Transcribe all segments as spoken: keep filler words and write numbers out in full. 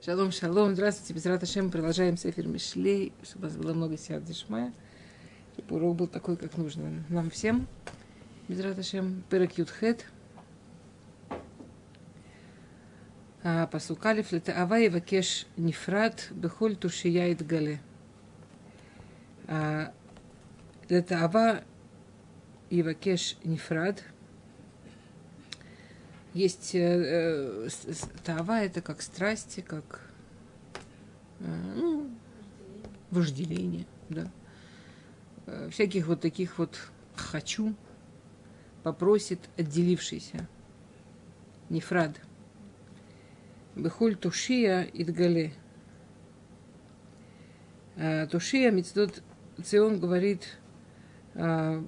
Шалом, шалом, здравствуйте, Безрат Ашем, продолжаем Сефер Мишлей, чтобы у нас было много сиат дишмая, чтобы урок был такой, как нужно нам всем. Безрат Ашем, Перек Юд Хет, пасук алиф, летаава явакеш нифрат, бехоль тушия ит гале. Летаава явакеш нифрат. Есть э, э, таава, это как страсти, как э, ну, вожделение, да. Э, всяких вот таких вот хочу попросит отделившийся. Нефрад. Бехоль тушия идгале. Э, тушия, Мицдот Цион говорит, э,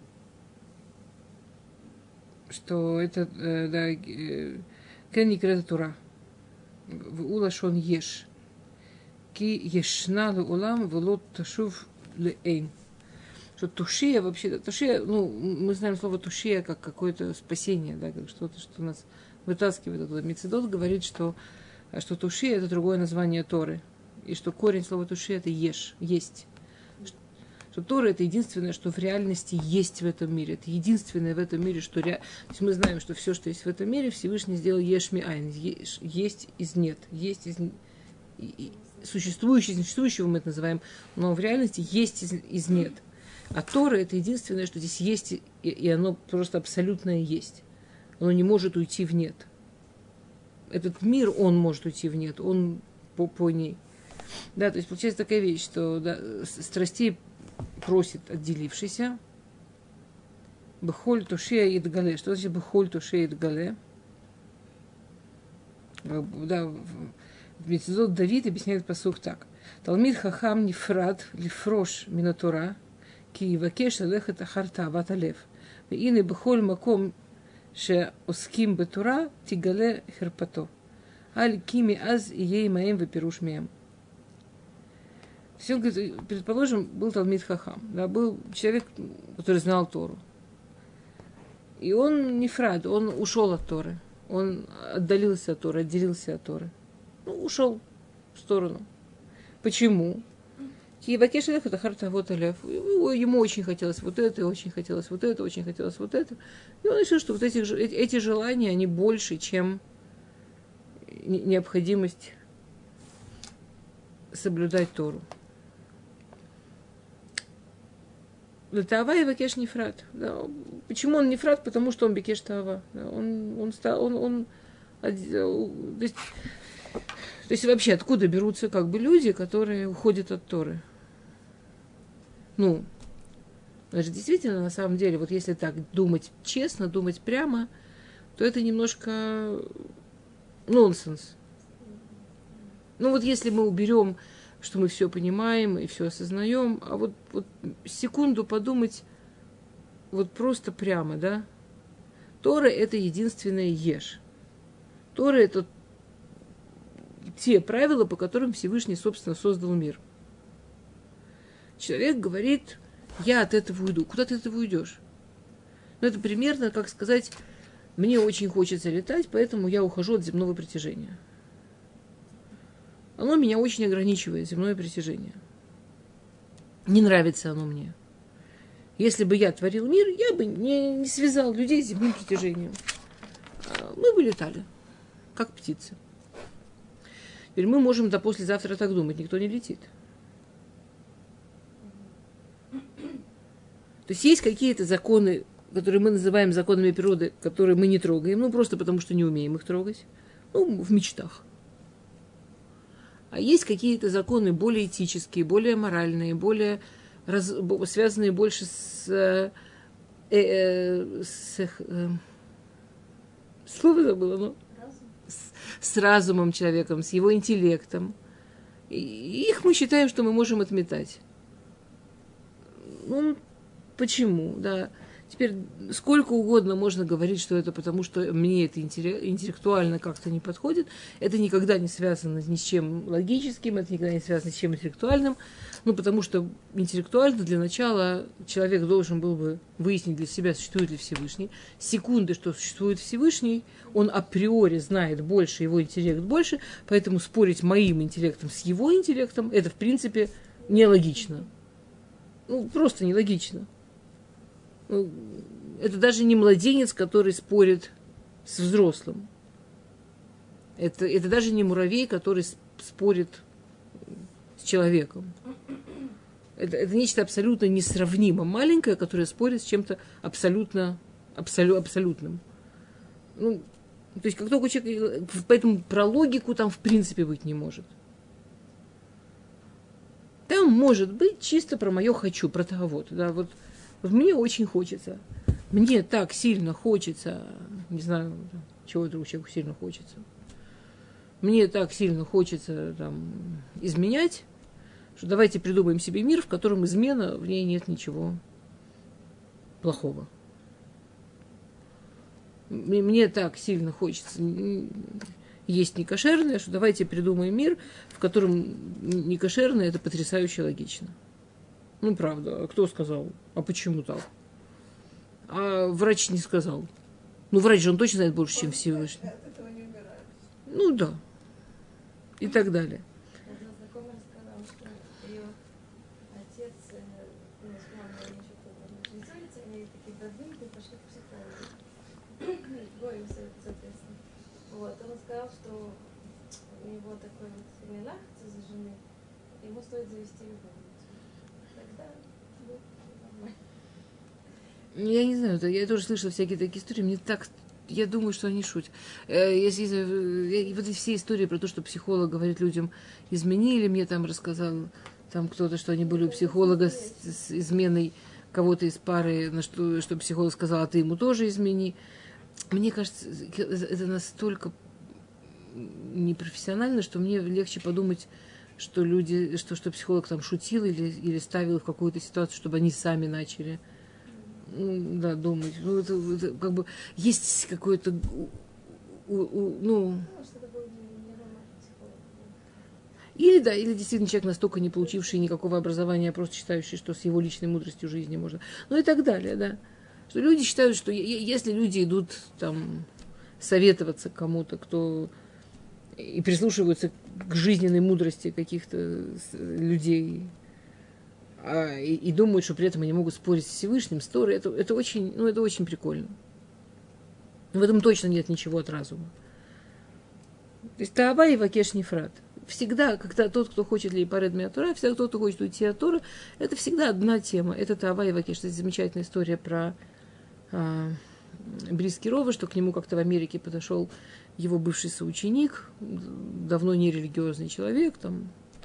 что это, да, кенникрета Тура. В улашон еш. Ки ешна ле улам велот ташув ле эйн. Что тушия вообще, тушия, ну, мы знаем слово тушия как какое-то спасение, да, как что-то, что нас вытаскивает оттуда. Мицедот говорит, что, что тушия это другое название Торы. И что корень слова тушия это еш, есть. Что Тора это единственное, что в реальности есть в этом мире. Это единственное в этом мире, что ре... То есть мы знаем, что все, что есть в этом мире, Всевышний сделал еш ми айн. Есть из нет. Есть из существующее из несуществующего мы это называем, но в реальности есть из, из нет. А Тора это единственное, что здесь есть, и, и оно просто абсолютное есть. Оно не может уйти в нет. Этот мир, он может уйти в нет, он по, по ней. Да, то есть получается такая вещь, что да, страстей просит отделившийся. Бехоль тушия идгале. Что значит бехоль тушия идгале? Да, в Мицедот Давид объясняет пасук так. Талмид хахам нифрад лифрош минатура ки ивакеш лелехет ахар таават алев. Веине бехоль маком ше оским бетура тигале херпато. Аль кими аз ией маем вепируш меем. Все, предположим, был Талмид Хахам, да, был человек, который знал Тору. И он не фрад, он ушел от Торы. Он отдалился от Торы, отделился от Торы. Ну, ушел в сторону. Почему? Ему очень хотелось вот это, очень хотелось вот это, очень хотелось вот это. И он решил, что вот эти, эти желания, они больше, чем необходимость соблюдать Тору. Таава и бекеш нефрат. Да. Почему он нефрат? Потому что он бекеш таава. Да. Он, он, он, он, он, то, есть, то есть вообще откуда берутся как бы люди, которые уходят от Торы? Ну, это же действительно на самом деле, вот если так думать честно, думать прямо, то это немножко нонсенс. Ну вот если мы уберем, что мы все понимаем и все осознаем, а вот, вот секунду подумать вот просто прямо, да? Тора это единственное еш. Тора это те правила, по которым Всевышний, собственно, создал мир. Человек говорит, я от этого уйду. Куда ты от этого уйдешь? Ну это примерно, как сказать, мне очень хочется летать, поэтому я ухожу от земного притяжения. Оно меня очень ограничивает, земное притяжение. Не нравится оно мне. Если бы я творил мир, я бы не, не связал людей с земным притяжением. Мы бы летали, как птицы. Теперь мы можем до послезавтра так думать, никто не летит. То есть есть какие-то законы, которые мы называем законами природы, которые мы не трогаем, ну просто потому, что не умеем их трогать, ну, в мечтах. А есть какие-то законы более этические, более моральные, более раз, связанные больше с, э, э, с э, слово забыла, ну, с, с разумом человеком, с его интеллектом. И их мы считаем, что мы можем отметать. Ну, почему? Да. Теперь сколько угодно можно говорить, что это потому, что мне это интеллектуально как-то не подходит. Это никогда не связано ни с чем логическим, это никогда не связано с чем интеллектуальным. Ну, потому что интеллектуально для начала человек должен был бы выяснить для себя, существует ли Всевышний. С секунды, что существует Всевышний, он априори знает больше, его интеллект больше, поэтому спорить моим интеллектом с его интеллектом, это, в принципе, нелогично. Ну, просто нелогично. Это даже не младенец, который спорит с взрослым. Это, это даже не муравей, который спорит с человеком. Это, это нечто абсолютно несравнимо маленькое, которое спорит с чем-то абсолютно, абсолю, абсолютным. Ну, то есть, как только человек... Поэтому про логику там в принципе быть не может. Там может быть чисто про мое «хочу», про того вот. Да, вот. Вот мне очень хочется. Мне так сильно хочется, не знаю, чего другому человеку сильно хочется. Мне так сильно хочется там, изменять, что давайте придумаем себе мир, в котором измена, в ней нет ничего плохого. Мне, мне так сильно хочется есть некошерное, что давайте придумаем мир, в котором некошерное – это потрясающе логично. Ну, правда. А кто сказал? А почему так? А врач не сказал. Ну, врач же он точно знает больше, чем Всевышний. Ну, да. И так далее. Одна знакомая сказала, что ее отец, ну, с мамой они что-то не ссорятся, они такие продвинутые, пошли к психологу. Гоем, соответственно. Вот. Он сказал, что у него такой вот семинахция за жены, ему стоит завести любовницу. Я не знаю, я тоже слышала всякие такие истории, мне так, я думаю, что они шутят. Если, вот эти все истории про то, что психолог говорит людям, изменили, мне там рассказал там кто-то, что они были у психолога с, с изменой кого-то из пары, на что, что психолог сказал, а ты ему тоже измени. Мне кажется, это настолько непрофессионально, что мне легче подумать, что люди, что, что психолог там шутил или, или ставил их в какую-то ситуацию, чтобы они сами начали, ну, да, думать. Ну, это, это как бы есть какое-то, у, у, ну... Или, да, или действительно человек настолько не получивший никакого образования, а просто считающий, что с его личной мудростью жизни можно. Ну и так далее, да. Что люди считают, что если люди идут там советоваться кому-то, кто и прислушиваются к жизненной мудрости каких-то людей, а, и, и думают, что при этом они могут спорить с Всевышним, с Торой, это, это, очень, ну, это очень прикольно. В этом точно нет ничего от разума. То есть Тааба и Вакеш Нефрат. Всегда, когда тот, кто хочет ли паред миат Тора, всегда тот, кто хочет уйти от Тора, это всегда одна тема. Это Тааба и Вакеш. Это замечательная история про а, Брискирова, что к нему как-то в Америке подошел его бывший соученик, давно нерелигиозный человек, там,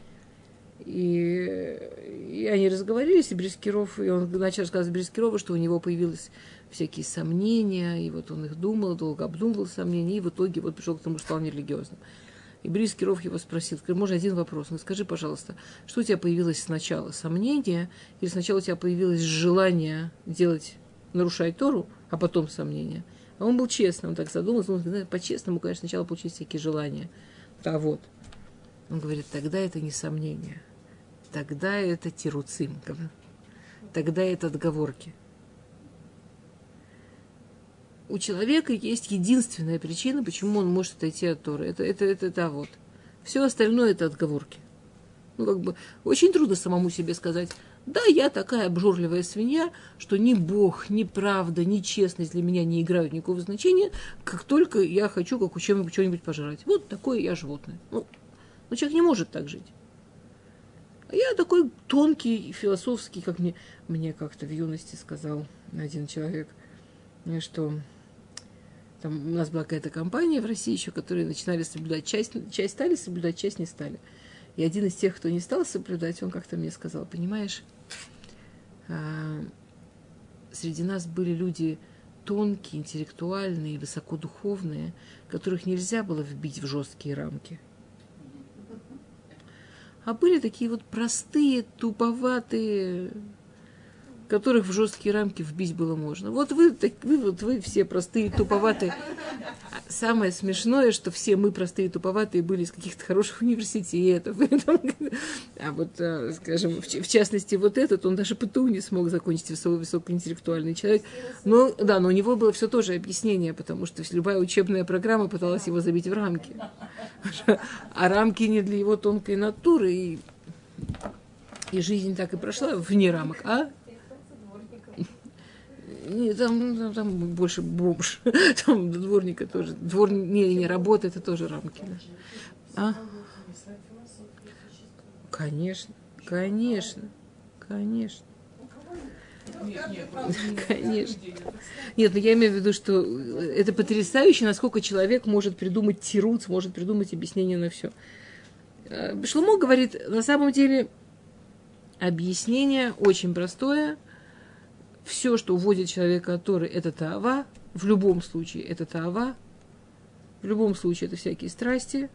и, и они разговорились, и Брискиров, и он начал рассказывать Брискирову, что у него появились всякие сомнения, и вот он их думал, долго обдумывал сомнения, и в итоге вот пришел к тому, что стал нерелигиозным. И Брискиров его спросил, можно один вопрос, ну скажи, пожалуйста, что у тебя появилось сначала, сомнения, или сначала у тебя появилось желание делать, нарушать Тору, а потом сомнения? А он был честным, он так задумался, он говорит, по-честному, конечно, сначала получить всякие желания. Да вот. Он говорит, тогда это не сомнение, тогда это тируцим, тогда это отговорки. У человека есть единственная причина, почему он может отойти от Торы. Это, это, это, это вот. Все остальное это отговорки. Ну, как бы, очень трудно самому себе сказать, да, я такая обжорливая свинья, что ни Бог, ни правда, ни честность для меня не играют никакого значения, как только я хочу как у чем-нибудь что-нибудь пожрать. Вот такое я животное. Ну, но человек не может так жить. А я такой тонкий, философский, как мне, мне как-то в юности сказал один человек, что там у нас была какая-то компания в России еще, которые начинали соблюдать, часть, часть стали соблюдать, часть не стали. И один из тех, кто не стал соблюдать, он как-то мне сказал, понимаешь, среди нас были люди тонкие, интеллектуальные, высокодуховные, которых нельзя было вбить в жесткие рамки. А были такие вот простые, туповатые, которых в жесткие рамки вбить было можно. Вот вы, так, вы, вот вы все простые, туповатые. Самое смешное, что все мы простые, туповатые были из каких-то хороших университетов. А вот, скажем, в частности, вот этот, он даже ПТУ не смог закончить, высокоинтеллектуальный человек. Но, да, но у него было все тоже объяснение, потому что любая учебная программа пыталась его забить в рамки. А рамки не для его тонкой натуры. И, и жизнь так и прошла вне рамок. А? Нет, там, там, там больше бомж. Там дворника тоже. Двор не, не работа, это тоже рамки. Да. А? Конечно, конечно, конечно. Конечно. Нет, но я имею в виду, что это потрясающе, насколько человек может придумать тируц, может придумать объяснение на все. Шломо говорит, на самом деле, объяснение очень простое. Все, что уводит человека от Торы, это таава. В любом случае, это таава. В любом случае, это всякие страсти.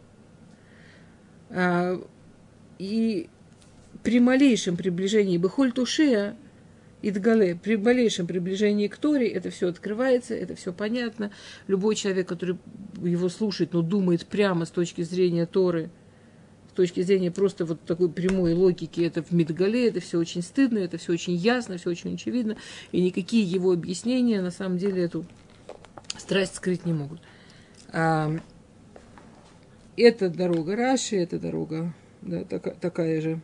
И при малейшем приближении бехоль тушея, идгале, при малейшем приближении к Торе, это все открывается, это все понятно. Любой человек, который его слушает, но думает прямо с точки зрения Торы, с точки зрения просто вот такой прямой логики, это в Мидгале, это все очень стыдно, это все очень ясно, все очень очевидно, и никакие его объяснения на самом деле эту страсть скрыть не могут. А, это дорога Раши, это дорога, да, так, такая же.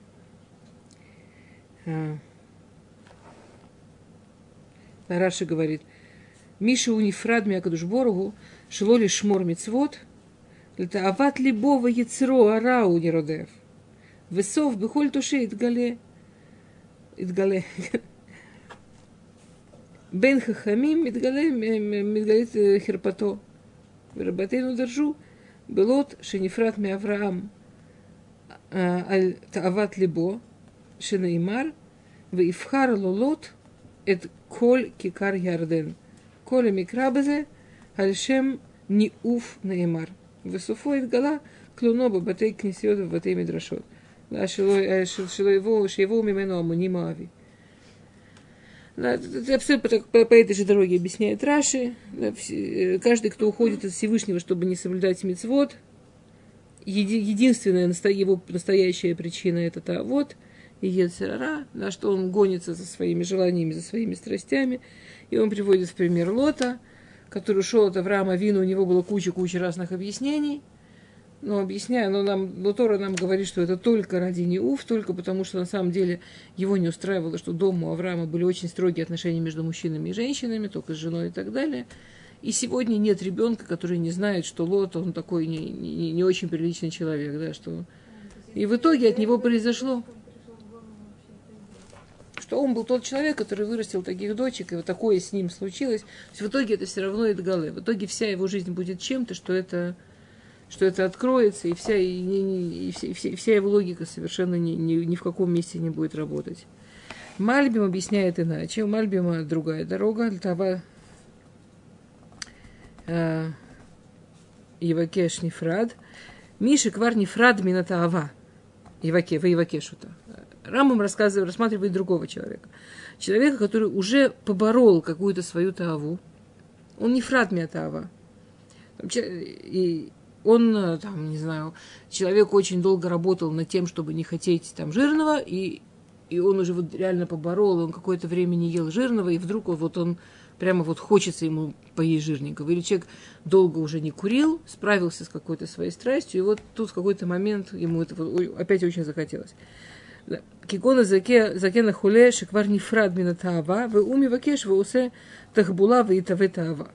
А, Раши говорит, Миша унифрад мякадуш боргу, шелоли шмор мицвот, это ават либова яцро арау неродев. Весов бихоль туше идгале. Идгале. Бен хахамим идгале мидгалит херпато. Вербатейну держу. Белот шенифрат ми Авраам. Аль таават либо. Шенеймар. Веифхар лолот. Эт коль кикар ярден. Коля микрабезе. Альшем ниуф неймар. Высофо идгала клюно бабатей кнесиот в батей мидрашот. Шило его, шило мимену амунима ави. Это все по, по, по этой же дороге объясняет Раши. Каждый, кто уходит от Всевышнего, чтобы не соблюдать мицвот, еди, единственная его настоящая причина это та вот и ецер-ара, на что он гонится за своими желаниями, за своими страстями. И он приводит в пример Лота, который ушел от Авраама Авину, у него было куча-куча разных объяснений. Но объясняя, но, нам, но Тора нам говорит, что это только ради неуф, только потому, что на самом деле его не устраивало, что дома у Авраама были очень строгие отношения между мужчинами и женщинами, только с женой и так далее. И сегодня нет ребенка, который не знает, что Лот, он такой не, не, не очень приличный человек. Да, что... И в итоге от него произошло... что он был тот человек, который вырастил таких дочек, и вот такое с ним случилось. То есть в итоге это все равно идгале. В итоге вся его жизнь будет чем-то, что это, что это откроется, и вся, и, и, и, вся, и, вся, и вся его логика совершенно ни, ни, ни в каком месте не будет работать. Мальбим объясняет иначе. У Мальбима другая дорога. Тава Евакеш нефрад. Миши квар нефрад минатаава. Еваке, вы Евакешута. Рамбам рассказывает, рассматривает другого человека. Человека, который уже поборол какую-то свою тааву. Он не фрат мя таава. И он, там, не знаю, человек очень долго работал над тем, чтобы не хотеть там жирного, и, и он уже вот реально поборол, он какое-то время не ел жирного, и вдруг вот он прямо вот хочется ему поесть жирненького. Или человек долго уже не курил, справился с какой-то своей страстью, и вот тут в какой-то момент ему это вот опять очень захотелось. Кигона закена хуле шеквар нефрад мина таава, вы уми вакеш, вы усе тахбула, вы и таве таава.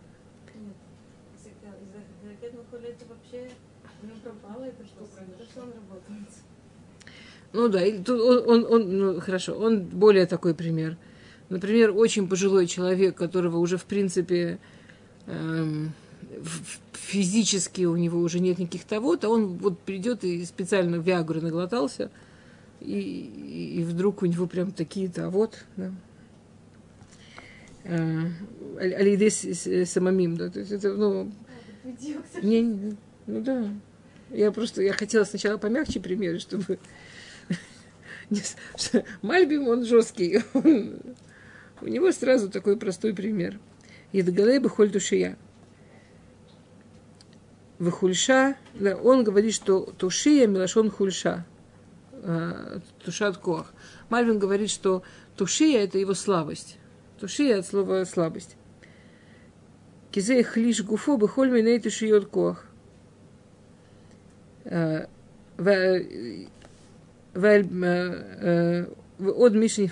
Ну да, он, он, он, ну, хорошо, он более такой пример. Например, очень пожилой человек, которого уже, в принципе, эм, физически у него уже нет никаких того, то он вот придет и специально виагры наглотался, и, и, и вдруг у него прям такие-то, а вот, да. Алидес самомим, да, то есть это, ну, не, не, ну да. Я просто, я хотела сначала помягче примеры, чтобы... Мальбим, он жесткий. У него сразу такой простой пример. Едгалей бехоль тушия. Вехульша, да, он говорит, что тушия милашон хульша. Тушат коах. Мальбим говорит, что тушия это его слабость. Тушия от слова слабость. Кизей хлиш гуфо бехоль миней тушиот коах. От Мишни,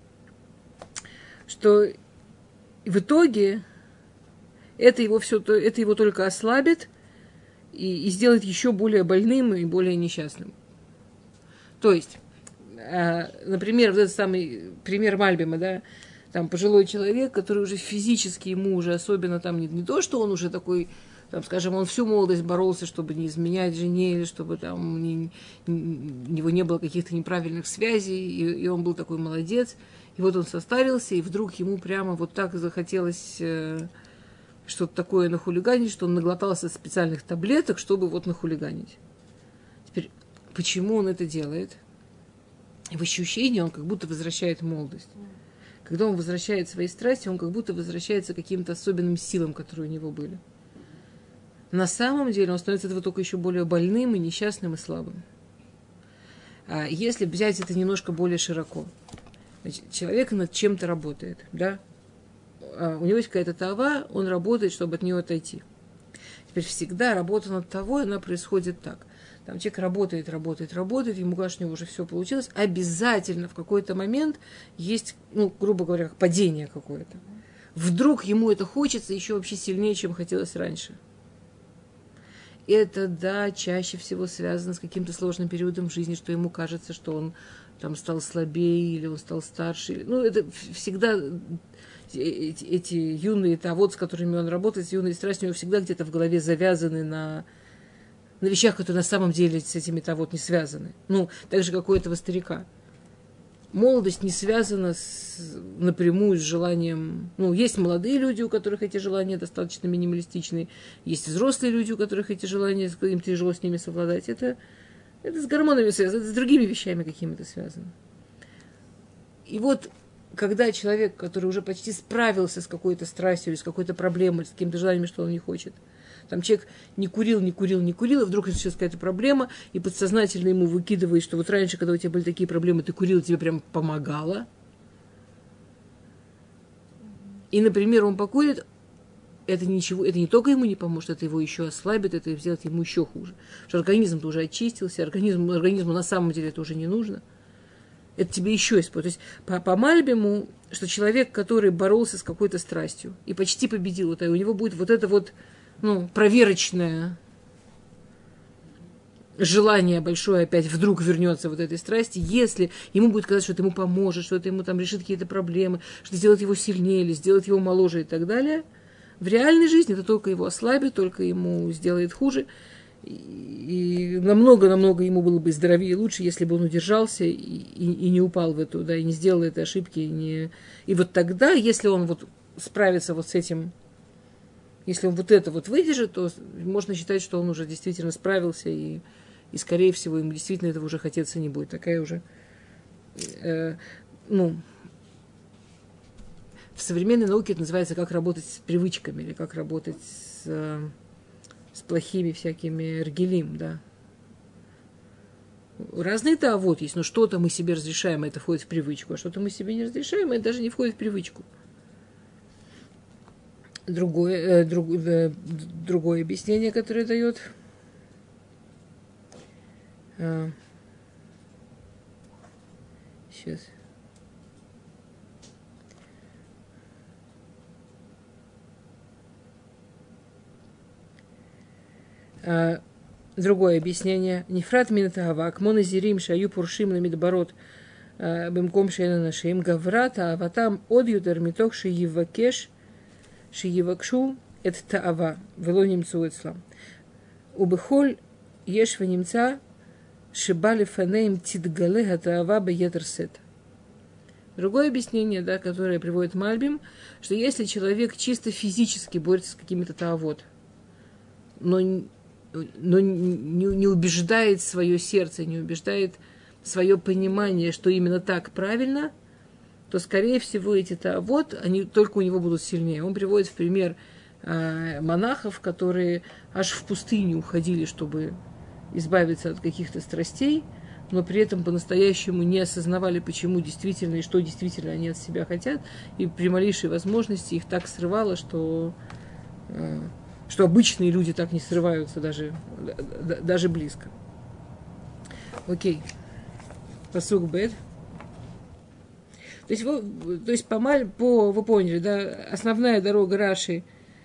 что в итоге это его, все, это его только ослабит и, и сделает еще более больным и более несчастным. То есть, например, вот этот самый пример Мальбима, да, там пожилой человек, который уже физически ему уже особенно там не, не то, что он уже такой, там, скажем, он всю молодость боролся, чтобы не изменять жене, или чтобы там не, не, у него не было каких-то неправильных связей, и, и он был такой молодец. И вот он состарился, и вдруг ему прямо вот так захотелось э, что-то такое нахулиганить, что он наглотался специальных таблеток, чтобы вот нахулиганить. Теперь, почему он это делает? В ощущении он как будто возвращает молодость. Когда он возвращает свои страсти, он как будто возвращается к каким-то особенным силам, которые у него были. На самом деле он становится от этого только еще более больным и несчастным и слабым. А если взять это немножко более широко, значит, человек над чем-то работает, да? А у него есть какая-то тава, он работает, чтобы от нее отойти. Теперь всегда работа над тавой, она происходит так. Там человек работает, работает, работает, ему кажется, что у него уже все получилось. Обязательно в какой-то момент есть, ну, грубо говоря, падение какое-то. Вдруг ему это хочется еще вообще сильнее, чем хотелось раньше. Это, да, чаще всего связано с каким-то сложным периодом в жизни, что ему кажется, что он там стал слабее или он стал старше. Ну, это всегда эти, эти юные тавод, с которыми он работает, юные страсти, у него всегда где-то в голове завязаны на, на вещах, которые на самом деле с этими тавод не связаны. Ну, так же, как у этого старика. Молодость не связана с, напрямую с желанием... Ну, есть молодые люди, у которых эти желания достаточно минималистичные. Есть взрослые люди, у которых эти желания, им тяжело с ними совладать. Это, это с гормонами связано, это с другими вещами какими-то связано. И вот, когда человек, который уже почти справился с какой-то страстью, или с какой-то проблемой, с каким-то желанием, что он не хочет, там человек не курил, не курил, не курил, и вдруг сейчас какая-то проблема, и подсознательно ему выкидывает, что вот раньше, когда у тебя были такие проблемы, ты курил, тебе прям помогало. И, например, он покурит, это ничего, это не только ему не поможет, это его еще ослабит, это сделает ему еще хуже. Потому что организм-то уже очистился, организм, организму на самом деле это уже не нужно. Это тебе еще испортит. То есть по, по Мальбиму, что человек, который боролся с какой-то страстью и почти победил, вот, и у него будет вот это вот, ну, проверочное желание большое опять вдруг вернется вот этой страсти, если ему будет казаться, что это ему поможет, что это ему там решит какие-то проблемы, что сделает его сильнее или сделает его моложе и так далее. В реальной жизни это только его ослабит, только ему сделает хуже. И намного-намного ему было бы здоровее и лучше, если бы он удержался и, и, и не упал в эту, да, и не сделал этой ошибки. И, не... и вот тогда, если он вот справится вот с этим, если он вот это вот выдержит, то можно считать, что он уже действительно справился, и, и скорее всего, ему действительно этого уже хотеться не будет. Такая уже, э, ну, в современной науке это называется, как работать с привычками, или как работать с, э, с плохими всякими эргелим, да. Разные тавот есть, но что-то мы себе разрешаем, это входит в привычку, а что-то мы себе не разрешаем, это даже не входит в привычку. Другое, э, друг, э, другое объяснение, которое дает э, сейчас. Э, другое объяснение. Нефрат минатава, акмон изирим, шаю пуршим ламидбарот, бемком шейна нашим, гаврата, аватам од юдер митох шиевакеш, шиевакшу эт таава, вело немцу эцлам. Убехоль еш венемца, шибали фанеем тидгале гатаава беетерсет. Другое объяснение, да, которое приводит Мальбим, что если человек чисто физически борется с какими-то таавот, но, но не, не убеждает свое сердце, не убеждает свое понимание, что именно так правильно, то, скорее всего, эти-то вот, они только у него будут сильнее. Он приводит в пример э, монахов, которые аж в пустыню уходили, чтобы избавиться от каких-то страстей, но при этом по-настоящему не осознавали, почему действительно и что действительно они от себя хотят, и при малейшей возможности их так срывало, что, э, что обычные люди так не срываются даже, даже близко. Окей. Пасук бет. То есть, вы, то есть по, по, вы поняли, да, основная дорога Раши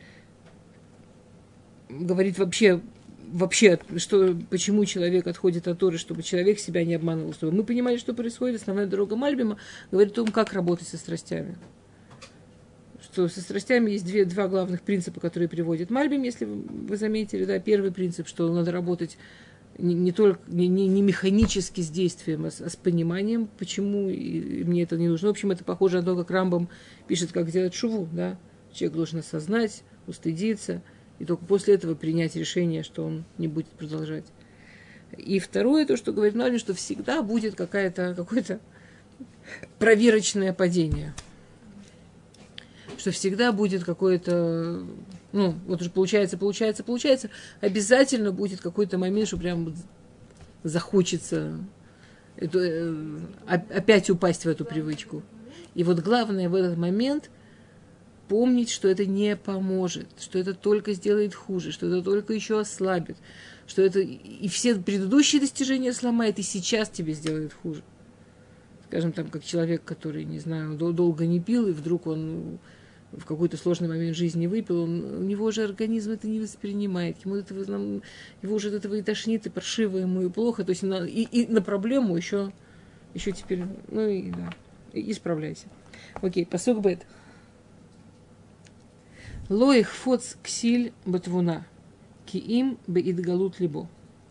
говорит вообще, вообще, что, почему человек отходит от Торы, чтобы человек себя не обманывал, чтобы мы понимали, что происходит. Основная дорога Мальбима говорит о том, как работать со страстями. Что со страстями есть две, два главных принципа, которые приводит Мальбим, если вы заметили. Да, первый принцип, что надо работать не, не только не, не, не механически с действием, а с, а с пониманием, почему и, и мне это не нужно. В общем, это похоже на то, как Рамбам пишет, как делать шуву. Да? Человек должен осознать, устыдиться, и только после этого принять решение, что он не будет продолжать. И второе, то, что говорит Мальбим, что всегда будет какая-то, какое-то проверочное падение. Что всегда будет какое-то, ну, вот уже получается, получается, получается, обязательно будет какой-то момент, что прям захочется эту, э, опять упасть в эту привычку. И вот главное в этот момент помнить, что это не поможет, что это только сделает хуже, что это только еще ослабит, что это и все предыдущие достижения сломает, и сейчас тебе сделает хуже. Скажем, там, как человек, который, не знаю, долго не пил, и вдруг он в какой-то сложный момент жизни выпил, он, у него же организм это не воспринимает, ему этого, его уже от этого и тошнит, и паршиво ему, и плохо, то есть на, и, и на проблему еще, еще теперь, ну и да, и исправляйся. Окей, пасук бет. Лоих фоц ксиль батвуна, ки им беидгалут либо.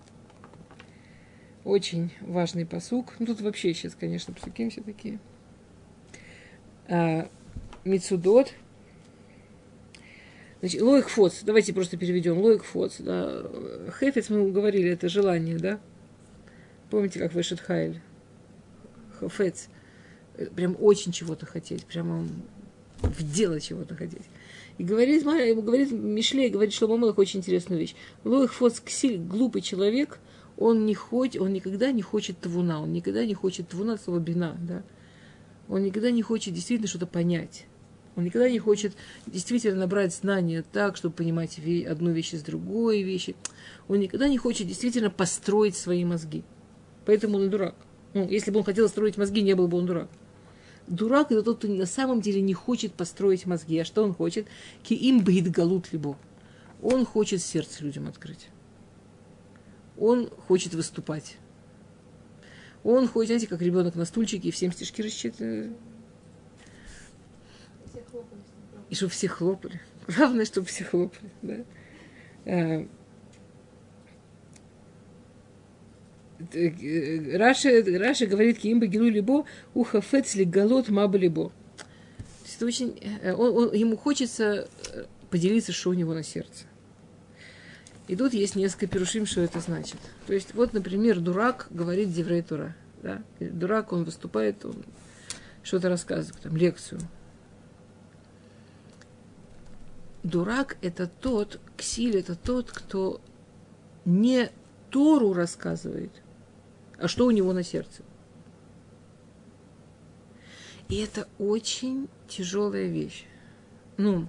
Очень важный пасук. Ну, тут вообще сейчас, конечно, псуким все такие. А, Мицудот. Значит, лоик фоц. Давайте просто переведем. Лоик фоц. Да. Хефец, мы говорили, это желание, да? Помните, как вышед Хайль? Хефец. Прям очень чего-то хотеть. Прямо в дело чего-то хотеть. И говорит, говорит Мишлей, говорит Шломо Мелех очень интересную вещь. Лоик фоц ксиль, глупый человек, он не хочет, он никогда не хочет твуна, он никогда не хочет твуна, слово бина, да? Он никогда не хочет действительно что-то понять. Он никогда не хочет действительно набрать знания так, чтобы понимать одну вещь из другой вещи. Он никогда не хочет действительно построить свои мозги. Поэтому он и дурак. Ну, если бы он хотел строить мозги, не был бы он дурак. Дурак – это тот, кто на самом деле не хочет построить мозги. А что он хочет? Ки им бейт галут либо. Он хочет сердце людям открыть. Он хочет выступать. Он хочет, знаете, как ребенок на стульчике и всем стишки рассчитывает. И чтобы все хлопали. Главное, чтобы все хлопали. Да? Раши, Раши говорит, киимба гилу либо ухафецли галот маба либо. Это очень, он, он, ему хочется поделиться, что у него на сердце. И тут есть несколько пирушим, что это значит. То есть, вот, например, дурак говорит Деврей Тора. Да? Дурак, он выступает, он что-то рассказывает, там, лекцию. Дурак – это тот, ксиль – это тот, кто не Тору рассказывает, а что у него на сердце. И это очень тяжелая вещь. Ну,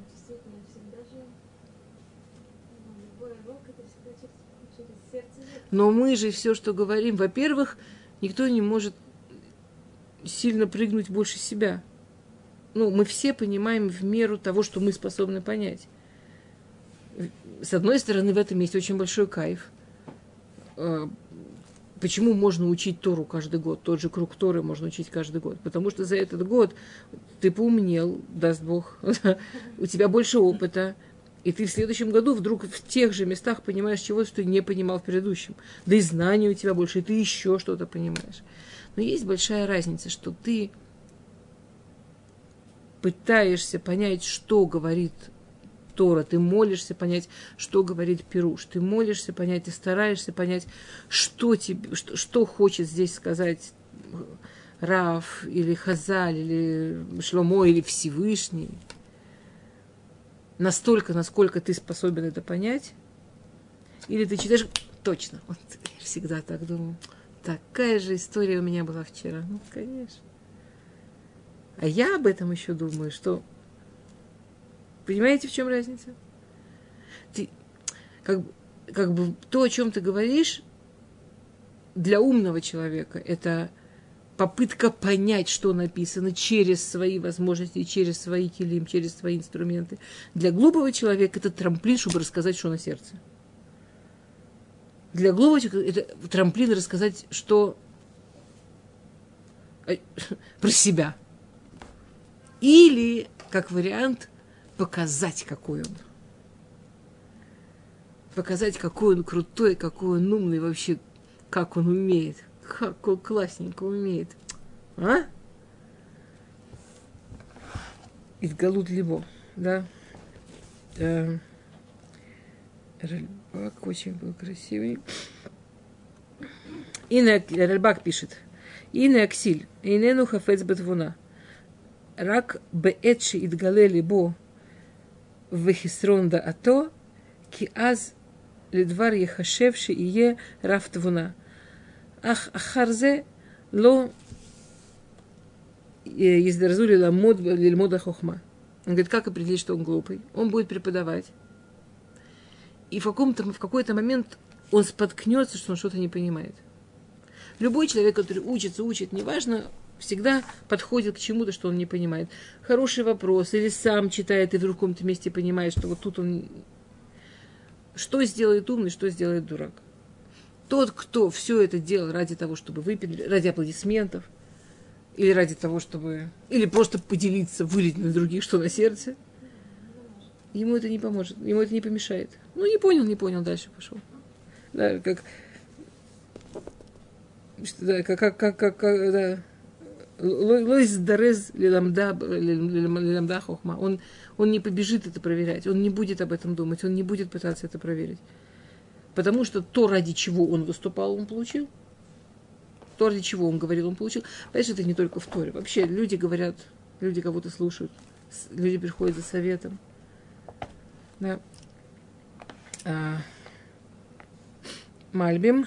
но мы же все, что говорим, во-первых, никто не может сильно прыгнуть больше себя. Ну, мы все понимаем в меру того, что мы способны понять. С одной стороны, в этом есть очень большой кайф. Почему можно учить Тору каждый год? Тот же круг Торы можно учить каждый год. Потому что за этот год ты поумнел, даст Бог, у тебя больше опыта, и ты в следующем году вдруг в тех же местах понимаешь чего-то, что ты не понимал в предыдущем. Да и знаний у тебя больше, и ты еще что-то понимаешь. Но есть большая разница, что ты пытаешься понять, что говорит Тора, ты молишься понять, что говорит Пируш, ты молишься понять, ты стараешься понять, что, тебе, что, что хочет здесь сказать Рав, или Хазаль, или Шломо, или Всевышний. Настолько, насколько ты способен это понять, или ты читаешь, точно, вот я всегда так думаю, такая же история у меня была вчера. Ну, конечно. А я об этом еще думаю, что... Понимаете, в чем разница? Ты, как, как бы то, о чем ты говоришь, для умного человека это попытка понять, что написано через свои возможности, через свои килим, через свои инструменты. Для глупого человека это трамплин, чтобы рассказать, что на сердце. Для глупого человека это трамплин рассказать, что про себя. Или, как вариант, показать, какой он. Показать, какой он крутой, какой он умный вообще, как он умеет. Как он классненько умеет. А? Идгалут либо, да? Ральбак очень был красивый. Ина, Ральбак пишет. Ина аксиль, инену хафец бетвуна. Рак беэтши идгале либо вехисрон да ато, ки аз ледвар ехашевши ие рав твуна. Ах ахарзе ло ездерзули ламод лильмода хохма. Он говорит, как определить, что он глупый? Он будет преподавать. И в, каком-то, в какой-то момент он споткнется, что он что-то не понимает. Любой человек, который учится, учит, неважно, всегда подходит к чему-то, что он не понимает. Хороший вопрос, или сам читает и в каком-то месте понимает, что вот тут он... Что сделает умный, что сделает дурак? Тот, кто все это делал ради того, чтобы выпить, ради аплодисментов, или ради того, чтобы... Или просто поделиться, вылить на других, что на сердце, ему это не поможет, ему это не помешает. Ну, не понял, не понял, дальше пошел. Да, как... Да, как... как, как, как да. Лойс дарез лиламда хохма. Он, он не побежит это проверять, он не будет об этом думать, он не будет пытаться это проверить. Потому что то, ради чего он выступал, он получил. То, ради чего он говорил, он получил. Понимаешь, это не только в Торе. Вообще люди говорят, люди кого-то слушают, люди приходят за советом. Да. А, Мальбим.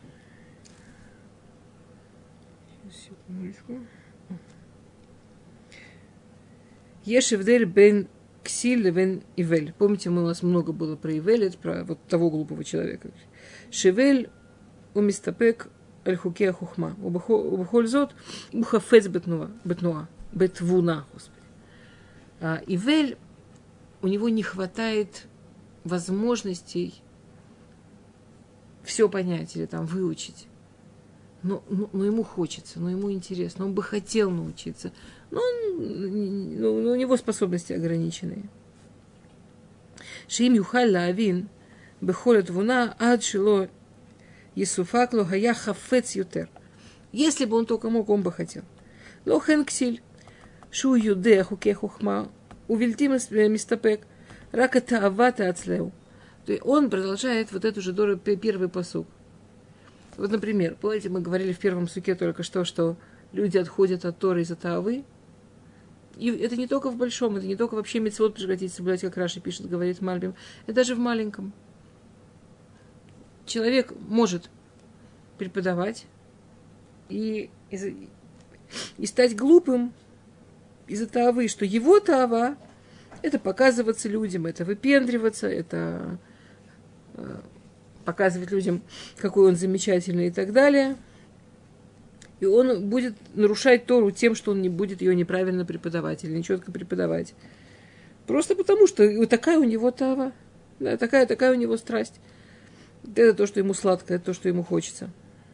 Ешевдель бен ксиль бен ивель. Помните, мы, у нас много было про ивель, это про вот того глупого человека. Шевель умистапек аль-хуке хухма. Убахользот ухафец бетнуа. Бетвуна, Господи. А ивель, у него не хватает возможностей все понять или там выучить. Но, но, но ему хочется, но ему интересно, он бы хотел научиться. Но, он, но, но у него способности ограниченные. Шиим юхаль лаавин бехолет вуна ад шило есуфакло хая хафец ютер. Если бы он только мог, он бы хотел. Лохен ксиль шу юде хуке хухма увильтим мистапек рака таавата ацлеу. То есть он продолжает вот эту же дору, первый пасук. Вот, например, помните, мы говорили в первом суке только что, что люди отходят от Торы из-за таавы. И это не только в большом, это не только вообще мицвот прекратить соблюдать, как Раши пишет, говорит Мальбим. Это даже в маленьком. Человек может преподавать и, и, и стать глупым из-за таавы, что его таава – это показываться людям, это выпендриваться, это показывать людям, какой он замечательный и так далее. И он будет нарушать Тору тем, что он не будет ее неправильно преподавать или нечетко преподавать. Просто потому, что такая у него тава, да, такая, такая у него страсть. Это то, что ему сладко, это то, что ему хочется.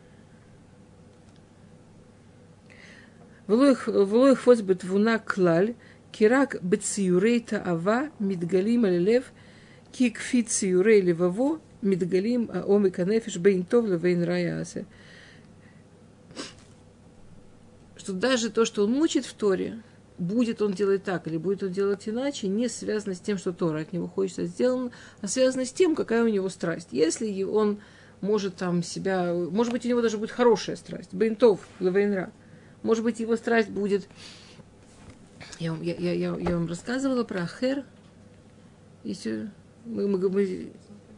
Влоих фосбет вуна клаль, кирак бециюрей таава, мидгалим алилев, кикфи циюрей леваво, мидгалим аомика нефиш бейн тов левейн раясе. Что даже то, что он мучит в Торе, будет он делать так или будет он делать иначе, не связано с тем, что Тора от него хочет сделано, а связано с тем, какая у него страсть. Если он может там себя... Может быть, у него даже будет хорошая страсть. Бейнтов, лавейнра. Может быть, его страсть будет... Я, вам- я, я, я, я вам рассказывала про Ахер. Если мы, мы, мы-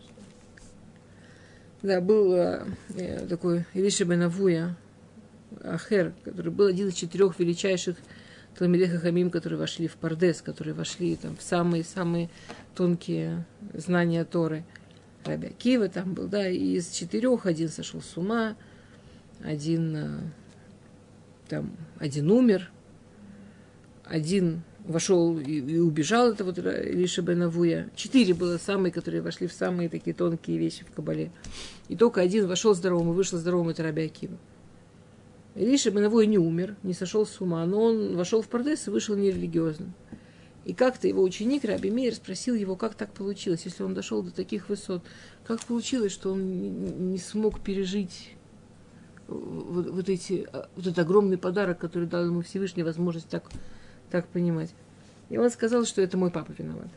Да, был э, э, такой Илиша бен Авуя, Ахер, который был один из четырех величайших Талмидей Хахамим, которые вошли в Пардес, которые вошли там, в самые-самые тонкие знания Торы. Раби Акива там был, да, и из четырех один сошел с ума, один, э, там, один умер, один вошел и, и убежал, это вот Илиша бен Авуя. Четыре было самые, которые вошли в самые такие тонкие вещи в Кабале. И только один вошел здоровым и вышел здоровым, это Раби Акива. Илиша бен Авуя не умер, не сошел с ума, но он вошел в Пардес и вышел нерелигиозным. И как-то его ученик Раби Меир спросил его, как так получилось, если он дошел до таких высот, как получилось, что он не, не смог пережить вот, вот, эти, вот этот огромный подарок, который дал ему Всевышний, возможность так, так понимать. И он сказал, что это мой папа виноват.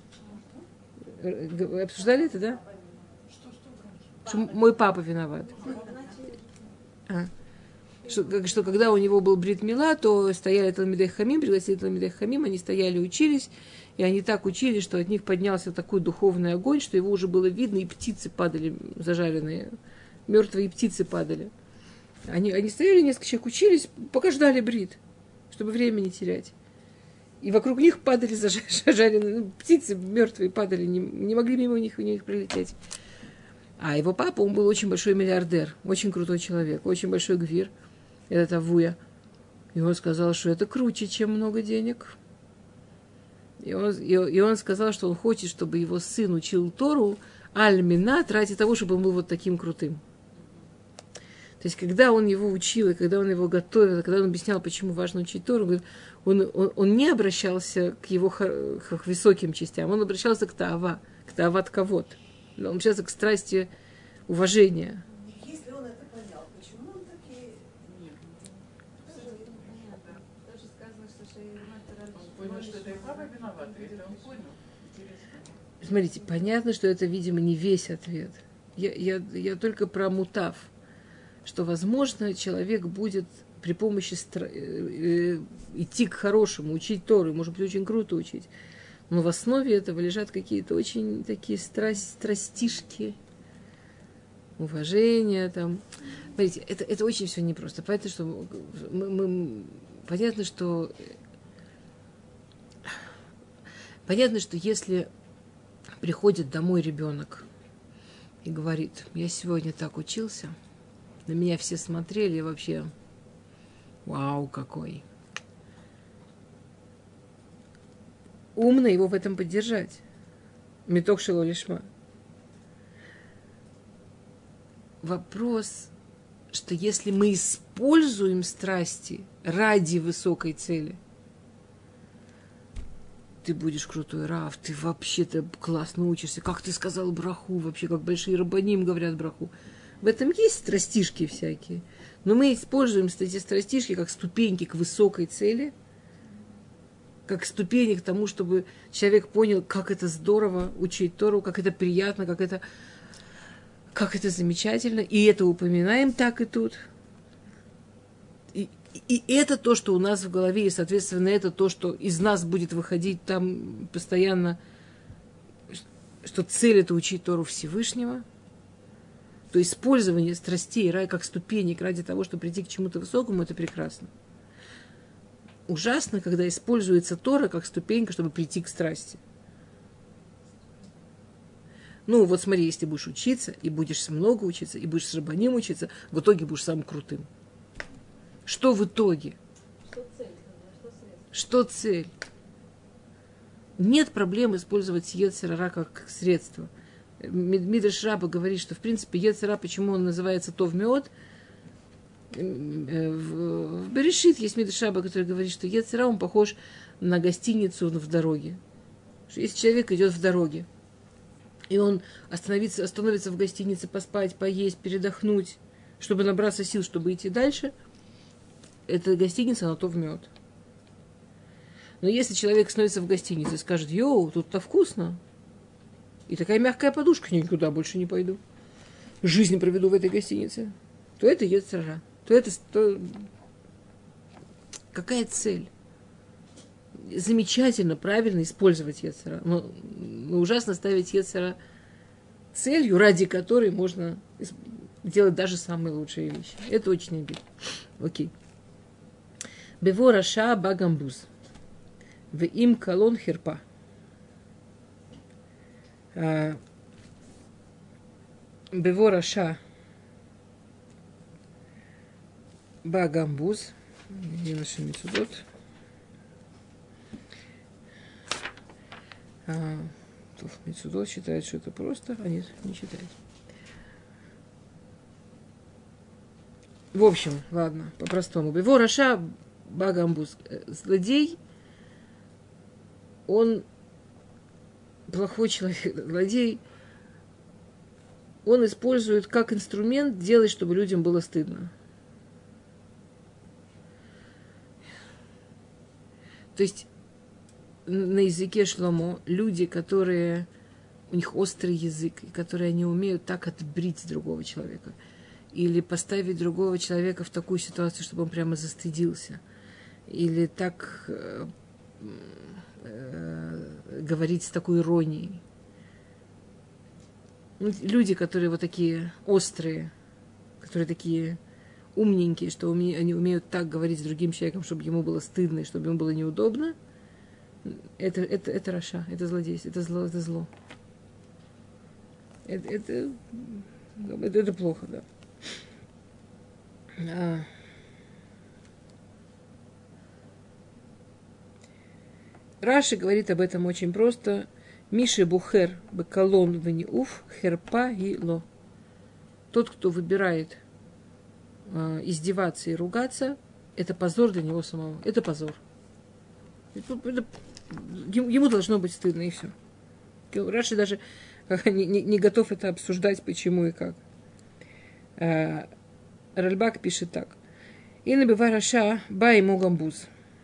Вы обсуждали это, да? Что мой папа виноват. А. Что, что когда у него был брит мила, то стояли Талмидей Хамим, пригласили Талмидей Хамим, они стояли, учились, и они так учились, что от них поднялся такой духовный огонь, что его уже было видно, и птицы падали зажаренные, мертвые птицы падали. Они, они стояли, несколько человек учились, пока ждали брит, чтобы время не терять. И вокруг них падали зажаренные ну, птицы, мертвые падали, не, не могли мимо них, у них прилететь. А его папа, он был очень большой миллиардер, очень крутой человек, очень большой гвир. Этот Авуя. И он сказал, что это круче, чем много денег. И он, и, и он сказал, что он хочет, чтобы его сын учил Тору аль-минат ради того, чтобы он был вот таким крутым. То есть, когда он его учил, и когда он его готовил, когда он объяснял, почему важно учить Тору, он, он, он, он не обращался к его к высоким частям, он обращался к таава, к таават кавод. Он обращался к страсти уважения. Смотрите, понятно, что это, видимо, не весь ответ. Я, я, я только про мутав, что, возможно, человек будет при помощи стра... идти к хорошему, учить Тору, может быть, очень круто учить, но в основе этого лежат какие-то очень такие страсть, страстишки, уважение, там. Смотрите, это, это очень все непросто. Понятно, что мы, мы, понятно, что понятно, что если приходит домой ребенок и говорит, я сегодня так учился, на меня все смотрели, вообще, вау, какой. Умно его в этом поддержать. Миток шело лишма. Вопрос, что если мы используем страсти ради высокой цели, ты будешь крутой рав, ты вообще-то классно учишься, как ты сказал браху, вообще, как большие рабаним говорят браху. В этом есть страстишки всякие, но мы используем эти страстишки как ступеньки к высокой цели, как ступени к тому, чтобы человек понял, как это здорово учить Тору, как это приятно, как это, как это замечательно, и это упоминаем так и тут. И, и это то, что у нас в голове, и, соответственно, это то, что из нас будет выходить там постоянно, что цель – это учить Тору Всевышнего, то использование страстей как ступенек ради того, чтобы прийти к чему-то высокому, это прекрасно. Ужасно, когда используется Тора как ступенька, чтобы прийти к страсти. Ну, вот смотри, если будешь учиться, и будешь много учиться, и будешь с рабаним учиться, в итоге будешь самым крутым. Что в итоге? Что цель? Что средство? Что цель? Нет проблем использовать йецер ара как средство. Мидраш Раба говорит, что, в принципе, йецер ара, почему он называется тов меот, в Берешит есть Мидраш Раба, который говорит, что йецер ара, он похож на гостиницу в дороге. Если человек идет в дороге, и он остановится, остановится в гостинице поспать, поесть, передохнуть, чтобы набраться сил, чтобы идти дальше, эта гостиница, она тов меот. Но если человек становится в гостинице и скажет, йоу, тут-то вкусно, и такая мягкая подушка, никуда больше не пойду, жизнь проведу в этой гостинице, то это йецер ара. То это... То... Какая цель? Замечательно, правильно использовать йецер ара. Но, но ужасно ставить йецер ара целью, ради которой можно делать даже самые лучшие вещи. Это очень обидно. Окей. Бево раша багамбуз. В им колон херпа. Бево раша багамбуз. Где наши мецудот? Мецудот считает, что это просто, а нет, не считает. В общем, ладно, по-простому. Бево раша багамбуз. Злодей, он плохой человек. Злодей, он использует как инструмент делать, чтобы людям было стыдно. То есть на языке Шломо люди, которые, у них острый язык, и которые они умеют так отбрить другого человека, или поставить другого человека в такую ситуацию, чтобы он прямо застыдился, или так э, э, говорить с такой иронией. Люди, которые вот такие острые, которые такие умненькие, что уме, они умеют так говорить с другим человеком, чтобы ему было стыдно и чтобы ему было неудобно, это, это, это раша, это злодейство, это зло, это зло. Это, это, это, это плохо, да. А. Раши говорит об этом очень просто. Миши бухер бекалон вениуф херпа и ло. Тот, кто выбирает э, издеваться и ругаться, это позор для него самого. Это позор. Это, это, ему должно быть стыдно, и все. Раши даже не, не, не готов это обсуждать, почему и как. Э, Ральбак пишет так. И набивай раша ба ему гамбуз.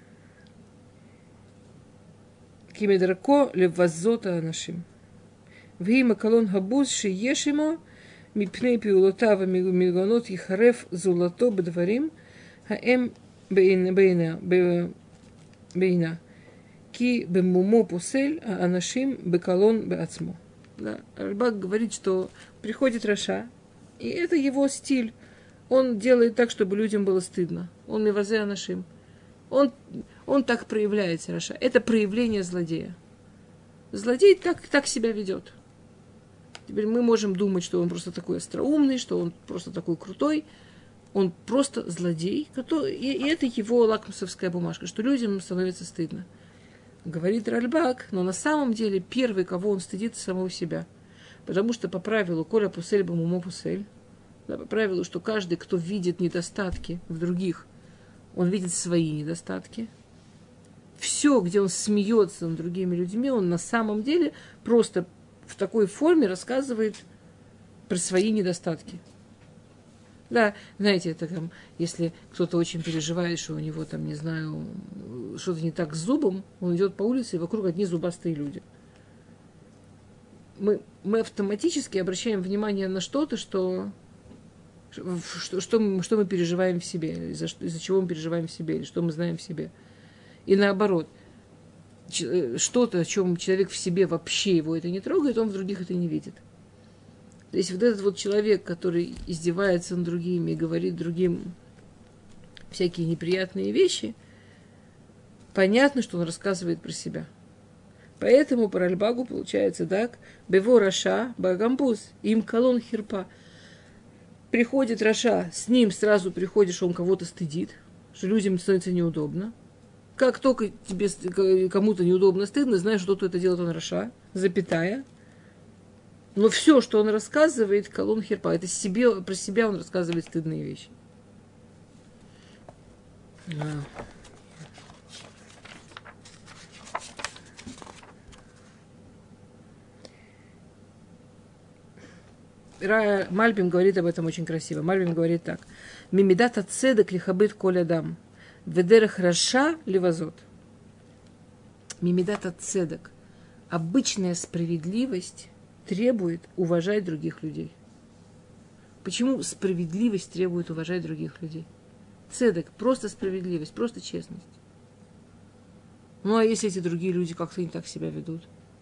Кимедрако левазота анашим. Вима колон габуз шиешимо мипней пиулотава мигонот ихарев зулато бедварим хаэм бейна бейна ки бемумо пусель анашим беколон беацмо. Ральбак говорит, что приходит раша, и это его стиль. Он делает так, чтобы людям было стыдно. Он мивазе анашим. Он, он так проявляется, раша. Это проявление злодея. Злодей так, так себя ведет. Теперь мы можем думать, что он просто такой остроумный, что он просто такой крутой. Он просто злодей. Который, и, и это его лакмусовская бумажка, что людям становится стыдно. Говорит Ральбак, но на самом деле первый, кого он стыдит, самого себя. Потому что по правилу «Коля пусель бамумо пусель», да, по правилу, что каждый, кто видит недостатки в других, он видит свои недостатки. Все, где он смеется над другими людьми, он на самом деле просто в такой форме рассказывает про свои недостатки. Да, знаете, это там, если кто-то очень переживает, что у него там, не знаю, что-то не так с зубом, он идет по улице, и вокруг одни зубастые люди. Мы, мы автоматически обращаем внимание на что-то, что... Что, что, мы, что мы переживаем в себе, из-за, из-за чего мы переживаем в себе, или что мы знаем в себе. И наоборот, что-то, о чем человек в себе вообще его это не трогает, он в других это не видит. То есть вот этот вот человек, который издевается над другими и говорит другим всякие неприятные вещи, понятно, что он рассказывает про себя. Поэтому по Ральбагу получается так: бево раша багамбуз, им колон херпа. Приходит раша, с ним сразу приходит, что он кого-то стыдит, что людям становится неудобно. Как только тебе кому-то неудобно, стыдно, знаешь, что кто-то это делает, он раша, запятая. Но все, что он рассказывает, колон херпа, это себе, про себя он рассказывает стыдные вещи. Мальбим говорит об этом очень красиво. Мальбим говорит так. Мимидат ацедек лихабит коля дам. Ведерах раша ливазот. Мимидат ацедек. Обычная справедливость требует уважать других людей. Почему справедливость требует уважать других людей? Цедек, просто справедливость, просто честность. Ну, а если эти другие люди как-то не так себя ведут?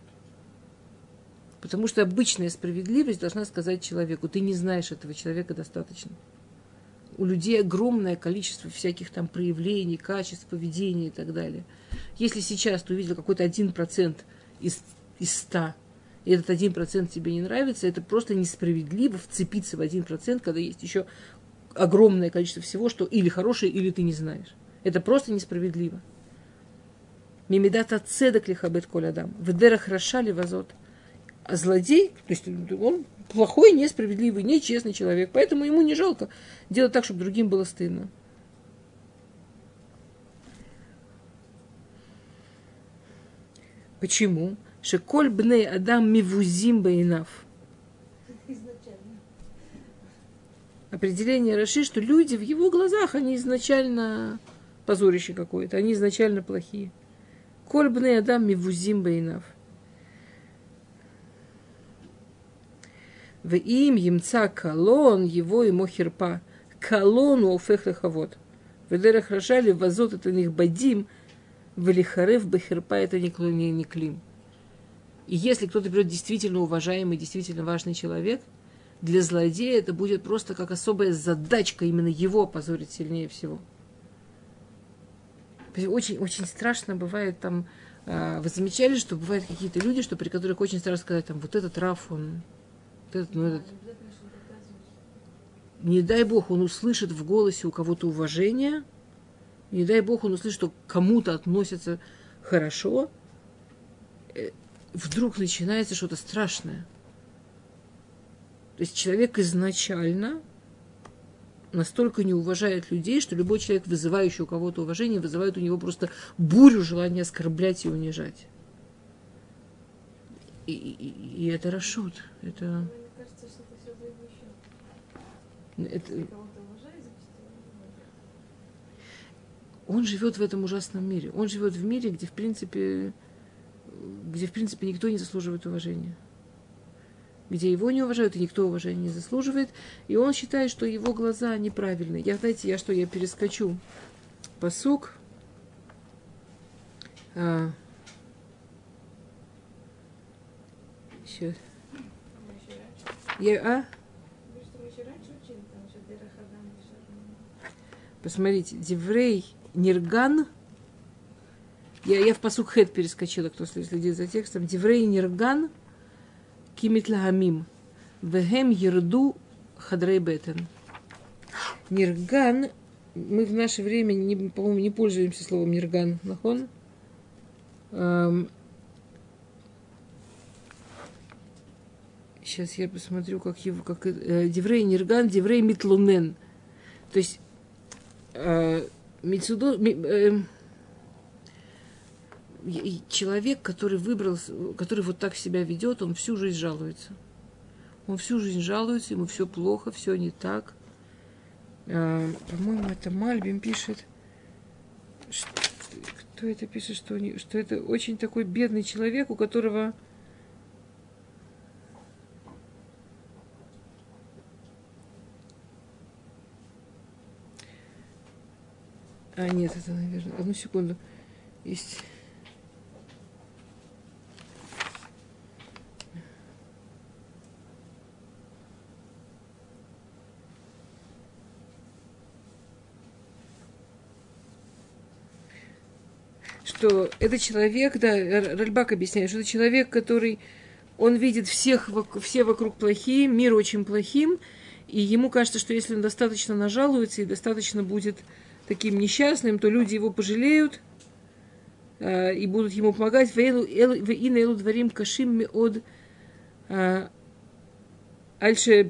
Потому что обычная справедливость должна сказать человеку: ты не знаешь этого человека достаточно. У людей огромное количество всяких там проявлений, качеств, поведения и так далее. Если сейчас ты увидел какой-то один процент из, из ста, и этот один процент тебе не нравится, это просто несправедливо вцепиться в один процент, когда есть еще огромное количество всего, что или хорошее, или ты не знаешь. Это просто несправедливо. Мимидат ацедек лихабет коль адам. Вдерах рашали вазот. А злодей, то есть он плохой, несправедливый, нечестный человек, поэтому ему не жалко делать так, чтобы другим было стыдно. Почему? Шеколь бней адам мивузим бейнав. Определение Раши, что люди в его глазах, они изначально позорище какое-то, они изначально плохие. Коль бней адам мивузим бейнав. В им емца колон, его ему херпа. Колону офех лехавод. В дерах рашали вазот это них бадим, в лихарев бахерпа это не клим. И если кто-то берет действительно уважаемый, действительно важный человек, для злодея это будет просто как особая задачка именно его опозорить сильнее всего. Очень, очень страшно бывает там. Вы замечали, что бывают какие-то люди, что при которых очень страшно сказать, там, вот этот Раф, он... Этот, ну, этот, не дай Бог, он услышит в голосе у кого-то уважение, не дай Бог, он услышит, что к кому-то относятся хорошо, вдруг начинается что-то страшное. То есть человек изначально настолько не уважает людей, что любой человек, вызывающий у кого-то уважение, вызывает у него просто бурю желания оскорблять и унижать. И, и, и это рашут. Это... Кажется, что это все за его счет. Это... Он живет в этом ужасном мире. Он живет в мире, где в принципе, где в принципе никто не заслуживает уважения. Где его не уважают, и никто уважения не заслуживает. И он считает, что его глаза неправильные. Я, знаете, я что, я перескочу пасук. А... Сейчас. Я, а? Посмотрите, Деврей Нирган. Я, я в пасук Хет перескочила, кто следит за текстом. Деврей Нирган Кимит Лагамим. Вехем Ерду Хадрей Бетен. Нирган. Мы в наше время, не, по-моему, не пользуемся словом Нирган. Нахон? Эм, Сейчас я посмотрю, как его, как э, Деврей Нирган, Деврей Митлунен. То есть э, Мицудо, ми, э, человек, который выбрал, который вот так себя ведет, он всю жизнь жалуется. Он всю жизнь жалуется, ему все плохо, все не так. Э, по-моему, это Мальбим пишет. Что, кто это пишет, что, не, что это очень такой бедный человек, у которого А, нет, это, наверное... Одну секунду. Есть... Что это человек, да, Ральбак объясняет, что это человек, который... Он видит всех, все вокруг плохие, мир очень плохим, и ему кажется, что если он достаточно нажалуется и достаточно будет таким несчастным, то люди его пожалеют э, и будут ему помогать. Веина элу дворим кашим меод альше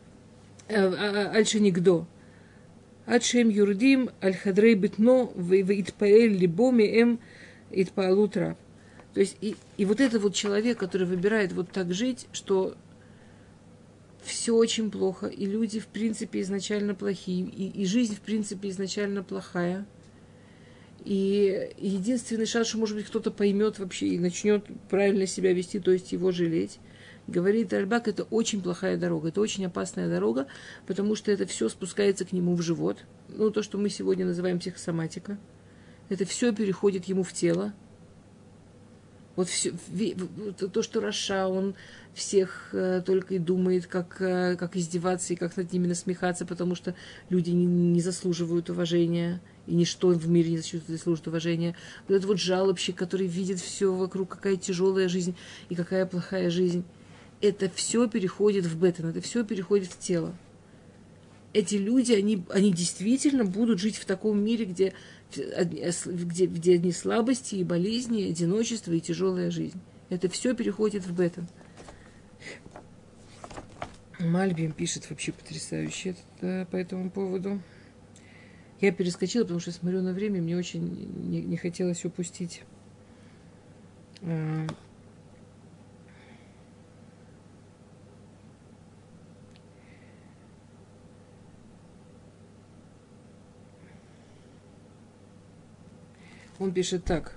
нигдо. Альшем юрдим аль-хадрей битно веитпаэль либоми эм итпаалут раб. То есть и, и вот это вот человек, который выбирает вот так жить, что все очень плохо, и люди, в принципе, изначально плохие, и, и жизнь, в принципе, изначально плохая. И единственный шанс, что, может быть, кто-то поймет вообще и начнет правильно себя вести, то есть его жалеть. Говорит Ральбак, это очень плохая дорога, это очень опасная дорога, потому что это все спускается к нему в живот. Ну, то, что мы сегодня называем психосоматика. Это все переходит ему в тело. Вот все, то, что Раша, он всех э, только и думает, как, э, как издеваться и как над ними насмехаться, потому что люди не, не заслуживают уважения, и ничто в мире не заслуживает уважения. Вот этот вот жалобщик, который видит все вокруг, какая тяжелая жизнь и какая плохая жизнь. Это все переходит в бетон, это все переходит в тело. Эти люди, они, они действительно будут жить в таком мире, где, где, где одни слабости и болезни, и одиночество и тяжелая жизнь. Это все переходит в бетон. Мальбим пишет вообще потрясающе это, по этому поводу. Я перескочила, потому что смотрю на время, мне очень не, не хотелось упустить. Он пишет так.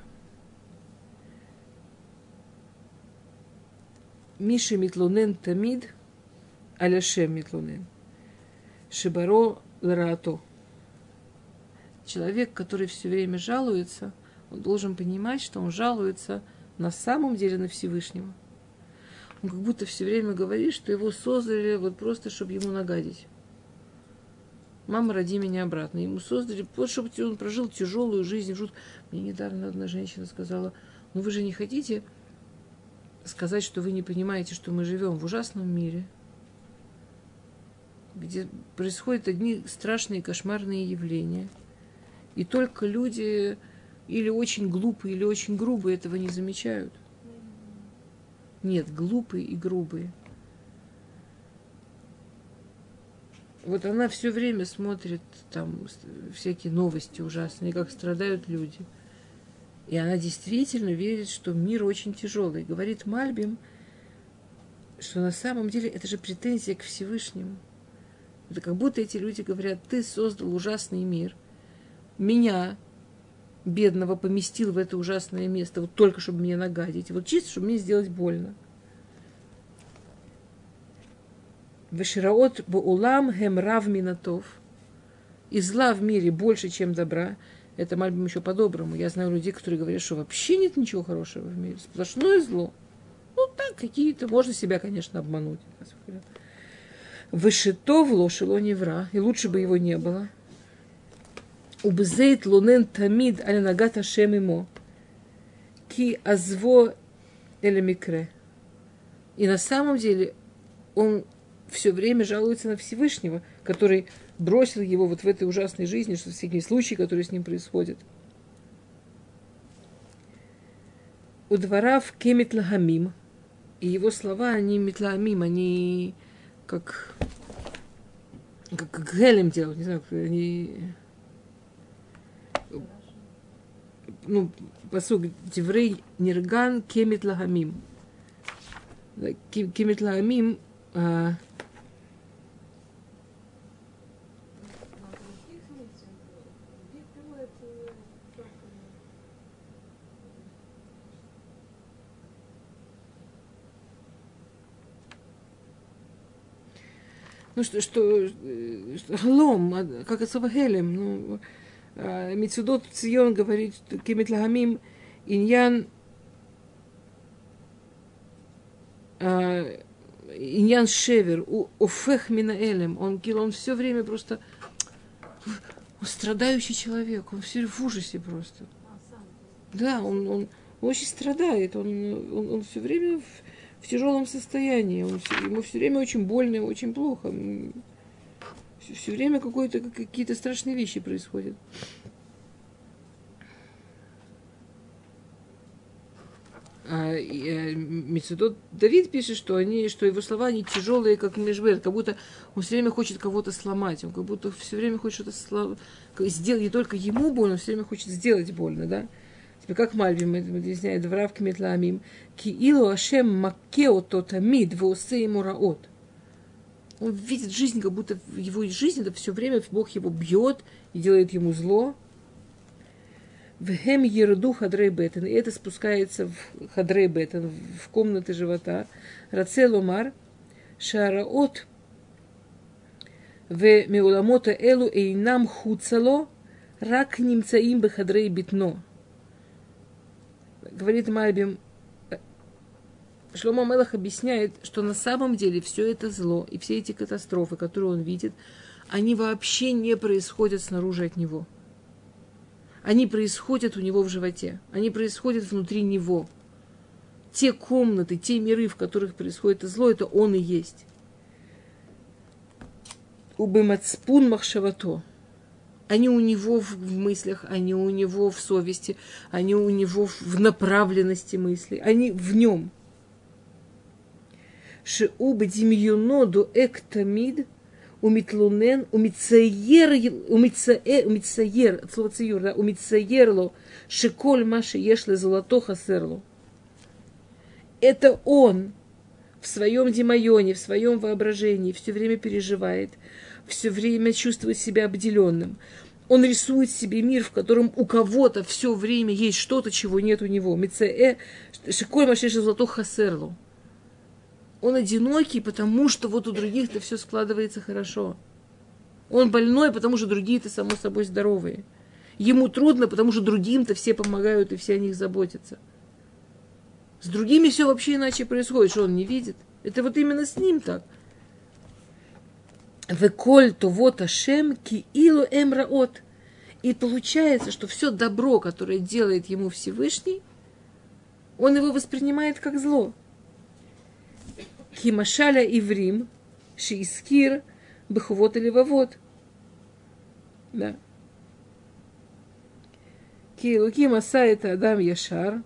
Миши митлонен тамид, аляшем митлонен. Шибаро лараато. Человек, который все время жалуется, он должен понимать, что он жалуется на самом деле на Всевышнего. Он как будто все время говорит, что его создали вот просто, чтобы ему нагадить. Мама, роди меня обратно. Ему создали, вот чтобы он прожил тяжелую жизнь. Мне недавно одна женщина сказала, ну вы же не хотите сказать, что вы не понимаете, что мы живем в ужасном мире, где происходят одни страшные кошмарные явления. И только люди или очень глупые, или очень грубые этого не замечают. Нет, глупые и грубые. Вот она все время смотрит там всякие новости ужасные, как страдают люди. И она действительно верит, что мир очень тяжелый. Говорит Мальбим, что на самом деле это же претензия к Всевышнему. Это как будто эти люди говорят, ты создал ужасный мир. Меня, бедного, поместил в это ужасное место, вот только чтобы мне нагадить. Вот чисто, чтобы мне сделать больно. Вешираот баулам хем рав минатов. И зла в мире больше, чем добра. Это Мальбим еще по-доброму. Я знаю людей, которые говорят, что вообще нет ничего хорошего в мире. Сплошное зло. Ну так, какие-то. Можно себя, конечно, обмануть. Вешитов лошило невра. И лучше бы его не было. Убзейт лунен тамид аля нагат ашем имо. Ки азво эле микре. И на самом деле он все время жалуется на Всевышнего, который бросил его вот в этой ужасной жизни, что всякие случаи, которые с ним происходят. У двора в кемитлагамим, и его слова, они митлагамим, они как, как, как гелем делают, не знаю, они... Ну, посуг, Деврей нирган кемитлагамим. Кемитлагамим... А, ну что, что, что халом, как особо хелем, ну, Мицудот Цион говорит, кемитлагамим иньян иньян шевер, офех минаэлем, он, он все время просто он страдающий человек, он все в ужасе просто. Да, он, он, он очень страдает, он, он, он все время в, в тяжелом состоянии, он, ему все время очень больно и очень плохо. Все, все время какое-то, какие-то страшные вещи происходят. А, а Мицудот Давид пишет, что, они, что его слова они тяжелые, как межбер, как будто он все время хочет кого-то сломать, он как будто все время хочет что-то сломать, сделать не только ему больно, он все время хочет сделать больно, да? Теперь как Мальбим объясняет, дврав кметламим, ки илу ашем макео то тамид воосе ему раот. Он видит жизнь, как будто его жизнь, это все время Бог его бьет и делает ему зло. Вхем ерду хадрей бетен. И это спускается в хадрей бетен, в комнаты живота. Рацел омар. Шараот. В меуламота элу эйнам хуцало. Рак нимцаим бехадрей битно. Говорит Мальбим, Шломо Мелах объясняет, что на самом деле все это зло и все эти катастрофы, которые он видит, они вообще не происходят снаружи от него. Они происходят у него в животе. Они происходят внутри него. Те комнаты, те миры, в которых происходит это зло, это он и есть. Убемацпун махшавато. Они у него в мыслях, они у него в совести, они у него в направленности мыслей, они в нем. Шеуба демьюно до эктамид умитлунен умицаер умицаер слово циюр, да, умицаерло шеколь маши ешле золотоха серло. Это он в своем демайоне, в своем воображении все время переживает, все время чувствует себя обделенным. Он рисует себе мир, в котором у кого-то все время есть что-то, чего нет у него. Мицаэ шеколь маши ешле золотоха серло. Он одинокий, потому что вот у других-то все складывается хорошо. Он больной, потому что другие-то, само собой, здоровые. Ему трудно, потому что другим-то все помогают и все о них заботятся. С другими все вообще иначе происходит, что он не видит. Это вот именно с ним так. Веколь то вот ашем ки илу эмраот. И получается, что все добро, которое делает ему Всевышний, он его воспринимает как зло. Химашаля иврим, шиискир, бехувот или вавот. Да. Килуким асаэта адам яшар,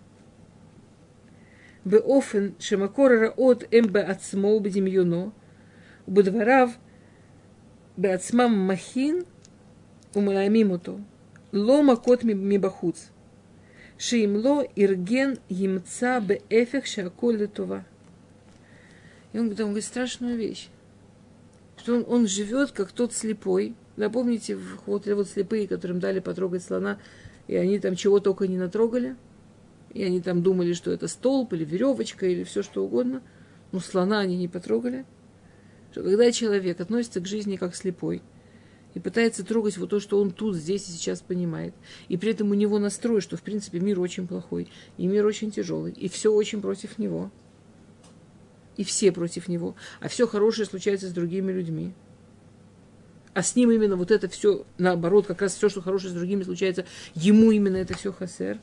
беофен шемакор раот эм беацмо бедемьюно, убедварав беацмам махин, умалаймимуто, ло макот мибахуц, шиимло ирген емца беэфех шаколь летова. И он, он говорит страшную вещь, что он, он живет, как тот слепой. Да, помните, вот, вот слепые, которым дали потрогать слона, и они там чего только не натрогали, и они там думали, что это столб или веревочка, или все что угодно, но слона они не потрогали. Что когда человек относится к жизни как слепой, и пытается трогать вот то, что он тут, здесь и сейчас понимает, и при этом у него настрой, что, в принципе, мир очень плохой, и мир очень тяжелый, и все очень против него, и все против него, а все хорошее случается с другими людьми. А с ним именно вот это все, наоборот, как раз все, что хорошее с другими случается, ему именно это все хасер.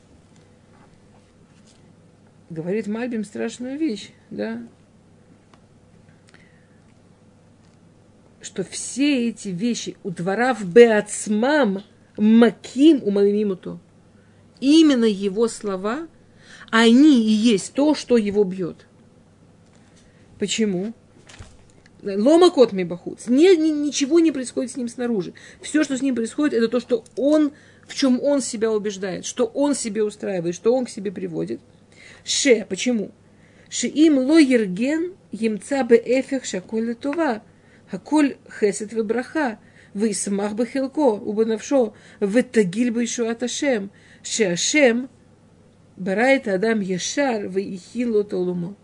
Говорит Мальбим страшную вещь, да, что все эти вещи у дворав беацмам маким умалимимуту, именно его слова, они и есть то, что его бьет. Почему? Лома кот мибахуц. Ни, ни, ничего не происходит с ним снаружи. Все, что с ним происходит, это то, что он, в чем он себя убеждает, что он себе устраивает, что он к себе приводит. Ше. Почему? Ше им ло ерген емца беэфех шаколь летова. Хаколь хесет вебраха. Висмах бехилко. Убанавшо. Ветагиль бейшуат Ашем. Ше Ашем барает адам яшар веихин лотолумо.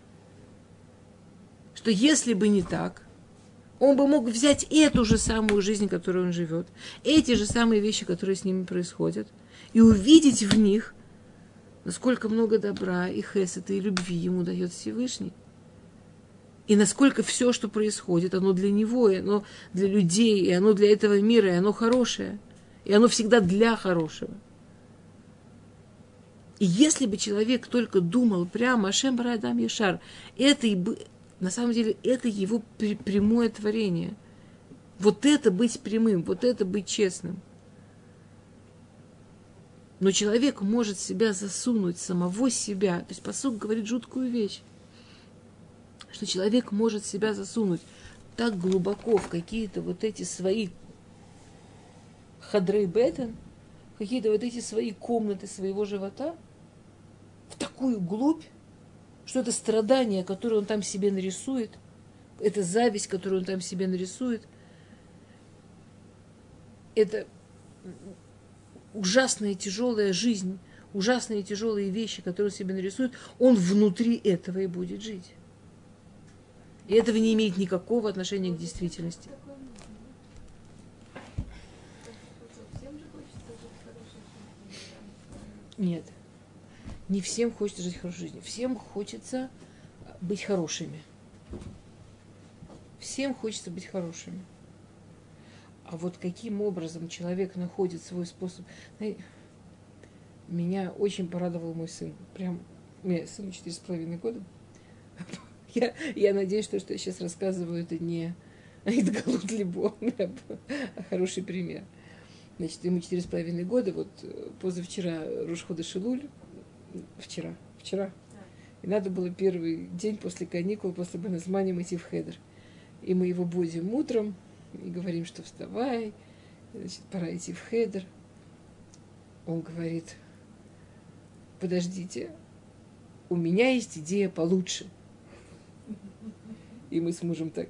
Что если бы не так, он бы мог взять эту же самую жизнь, которой он живет, эти же самые вещи, которые с ними происходят, и увидеть в них, насколько много добра и хесета, и любви ему дает Всевышний. И насколько все, что происходит, оно для него, и оно для людей, и оно для этого мира, и оно хорошее. И оно всегда для хорошего. И если бы человек только думал прямо Ашем bara адам яшар, это и бы... На самом деле, это его прямое творение. Вот это быть прямым, вот это быть честным. Но человек может себя засунуть, самого себя. То есть пасук говорит жуткую вещь. Что человек может себя засунуть так глубоко в какие-то вот эти свои хадрей бетен, какие-то вот эти свои комнаты своего живота, в такую глубь, что это страдание, которое он там себе нарисует, это зависть, которую он там себе нарисует, это ужасная тяжелая жизнь, ужасные тяжелые вещи, которые он себе нарисует, он внутри этого и будет жить. И этого не имеет никакого отношения к действительности. Нет. Не всем хочется жить хорошей жизнью. Всем хочется быть хорошими. Всем хочется быть хорошими. А вот каким образом человек находит свой способ... Меня очень порадовал мой сын. Прям, у меня сыну четыре с половиной года. Я, я надеюсь, что, что я сейчас рассказываю, это не Идгалут Либо, а хороший пример. Значит, ему четыре с половиной года, вот позавчера Рош ходеш Элуль, вчера, вчера, и надо было первый день после каникул, после Бен-Азманим идти в хедер. И мы его будем утром, и говорим, что вставай, значит, пора идти в хедер. Он говорит, подождите, у меня есть идея получше. И мы с мужем так,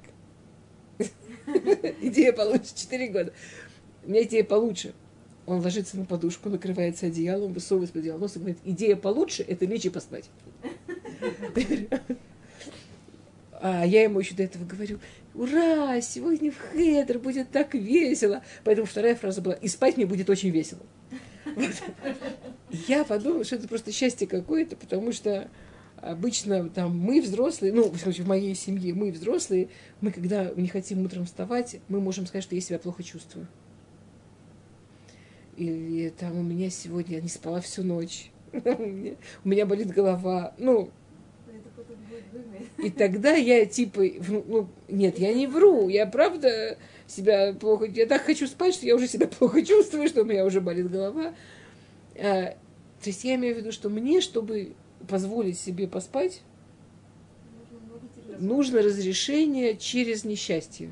идея получше, четыре года. У меня идея получше. Он ложится на подушку, накрывается одеялом, высовывает под одеяло нос и говорит, идея получше – это лечь и поспать. А я ему еще до этого говорю, ура, сегодня в хедер будет так весело. Поэтому вторая фраза была, и спать мне будет очень весело. Вот. Я подумала, что это просто счастье какое-то, потому что обычно там мы взрослые, ну, в случае в моей семье, мы взрослые, мы когда не хотим утром вставать, мы можем сказать, что я себя плохо чувствую. Или там у меня сегодня, я не спала всю ночь, у меня болит голова, ну, и тогда я типа, ну, нет, я не вру, я правда себя плохо, я так хочу спать, что я уже себя плохо чувствую, что у меня уже болит голова. А, то есть я имею в виду, что мне, чтобы позволить себе поспать, нужно разрешение через несчастье.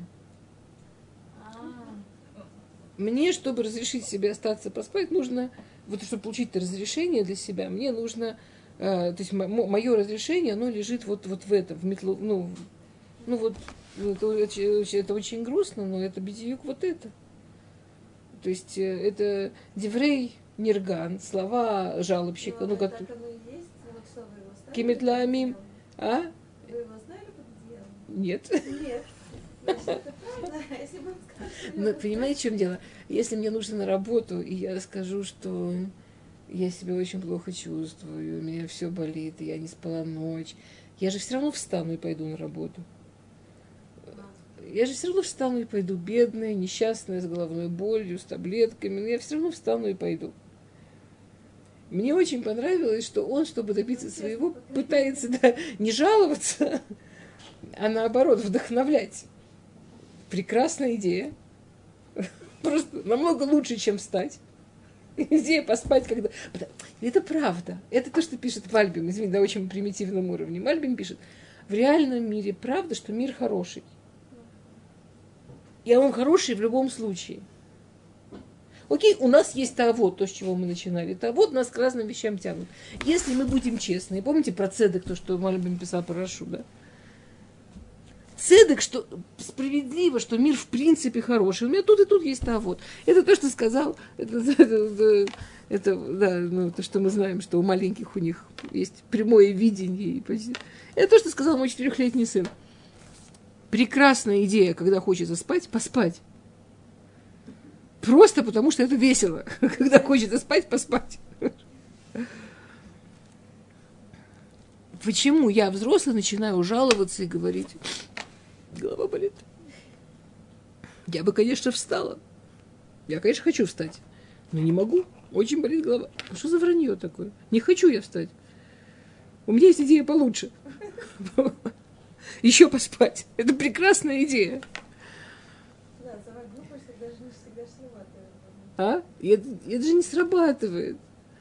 Мне, чтобы разрешить себе остаться поспать, нужно, вот чтобы получить разрешение для себя, мне нужно, э, то есть мое разрешение, оно лежит вот, вот в этом, в метлу, ну, ну вот, это, это очень грустно, но это бедиюк вот это. То есть э, это Деврей Нирган, слова жалобщика, но ну как... Кимитла Амим. А? Вы его знали под одеялом? Нет. Нет. Значит, это правда. Если бы он сказал, но понимаете, в чем дело? Если мне нужно на работу, и я скажу, что я себя очень плохо чувствую, у меня все болит, и я не спала ночь, я же все равно встану и пойду на работу. Я же все равно встану и пойду, бедная, несчастная, с головной болью, с таблетками, но я все равно встану и пойду. Мне очень понравилось, что он, чтобы добиться своего, пытается да, не жаловаться, а наоборот вдохновлять. Прекрасная идея. Просто намного лучше, чем встать. Идея поспать, когда... Это правда. Это то, что пишет Мальбим, извините, на очень примитивном уровне. Мальбим пишет, в реальном мире правда, что мир хороший. И он хороший в любом случае. Окей, у нас есть тавод, то, с чего мы начинали. Тавод нас к разным вещам тянут. Если мы будем честны, помните про цедек, то, что Мальбим писал про Рашу, да? Цедек, что справедливо, что мир в принципе хороший. У меня тут и тут есть тавод. Это то, что сказал, это, это, это, это да, ну, то, что мы знаем, что у маленьких у них есть прямое видение. Это то, что сказал мой четырехлетний сын. Прекрасная идея, когда хочется спать, поспать. Просто потому, что это весело. Когда хочется спать, поспать. Почему я, взрослый, начинаю жаловаться и говорить, голова болит? Я бы, конечно, встала. Я, конечно, хочу встать. Но не могу. Очень болит голова. Ну, что за вранье такое? Не хочу я встать. У меня есть идея получше. Еще поспать. Это прекрасная идея. А? Это, это же не срабатывает.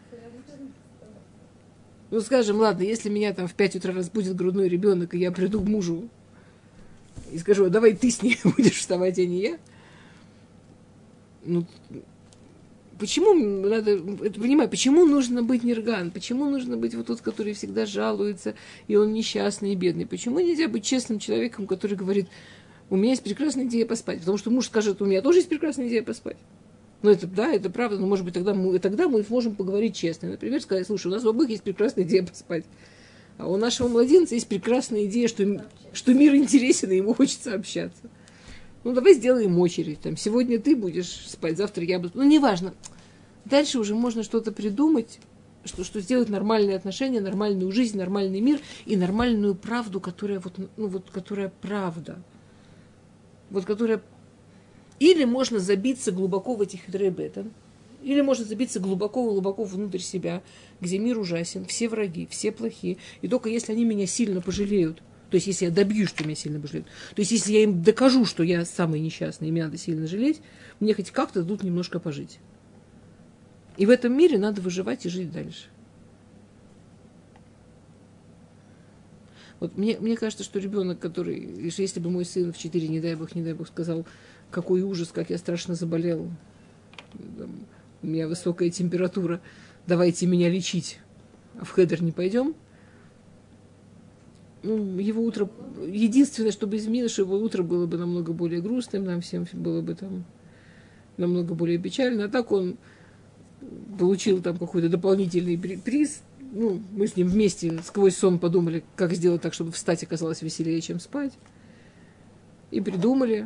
Ну, скажем, ладно, если меня там в пять утра разбудит грудной ребенок, и я приду к мужу и скажу, давай ты с ней будешь вставать, а не я. Ну, почему надо, это, понимаю, почему нужно быть нирган? Почему нужно быть вот тот, который всегда жалуется, и он несчастный и бедный? Почему нельзя быть честным человеком, который говорит, у меня есть прекрасная идея поспать? Потому что муж скажет, у меня тоже есть прекрасная идея поспать. Ну, это, да, это правда, но, может быть, тогда мы, тогда мы можем поговорить честно. Например, сказать, слушай, у нас у обоих есть прекрасная идея поспать. А у нашего младенца есть прекрасная идея, что, что мир интересен, и ему хочется общаться. Ну, давай сделаем очередь. Там, сегодня ты будешь спать, завтра я буду. Ну, неважно. Дальше уже можно что-то придумать, что, что сделать нормальные отношения, нормальную жизнь, нормальный мир и нормальную правду, которая, вот, ну, вот, которая правда. Вот которая... Или можно забиться глубоко в этих дрейбетон, или можно забиться глубоко-глубоко внутрь себя, где мир ужасен, все враги, все плохие. И только если они меня сильно пожалеют, то есть если я добьюсь, что меня сильно пожалеют, то есть если я им докажу, что я самый несчастный, и меня надо сильно жалеть, мне хоть как-то дадут немножко пожить. И в этом мире надо выживать и жить дальше. Вот мне, мне кажется, что ребенок, который, если бы мой сын в четыре, не дай бог, не дай бог, сказал, какой ужас, как я страшно заболел, у меня высокая температура, давайте меня лечить, а в хедер не пойдем. Ну, его утро, единственное, что бы изменилось, что его утро было бы намного более грустным, нам всем было бы там намного более печально, а так он получил там какой-то дополнительный приз. Ну, мы с ним вместе сквозь сон подумали, как сделать так, чтобы встать оказалось веселее, чем спать. И придумали.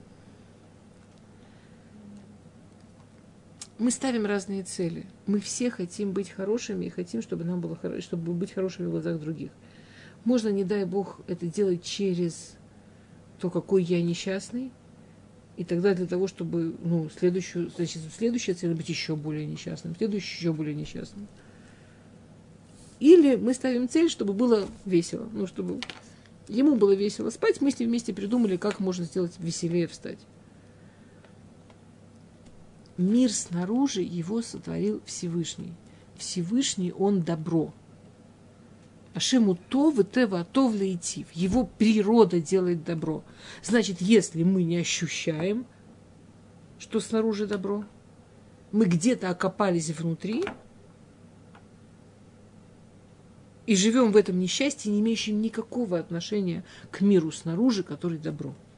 Мы ставим разные цели. Мы все хотим быть хорошими и хотим, чтобы нам было хорошо, чтобы быть хорошими в глазах других. Можно, не дай Бог, это делать через то, какой я несчастный. И тогда для того, чтобы, ну, следующую, значит, следующая цель быть еще более несчастным, следующая еще более несчастным. Или мы ставим цель, чтобы было весело. Ну, чтобы ему было весело спать, мы с ним вместе придумали, как можно сделать веселее встать. Мир снаружи его сотворил Всевышний. Всевышний, он добро. Ашему тов и тева тов лейтив. Его природа делает добро. Значит, если мы не ощущаем, что снаружи добро, мы где-то окопались внутри и живем в этом несчастье, не имеющем никакого отношения к миру снаружи, который добро.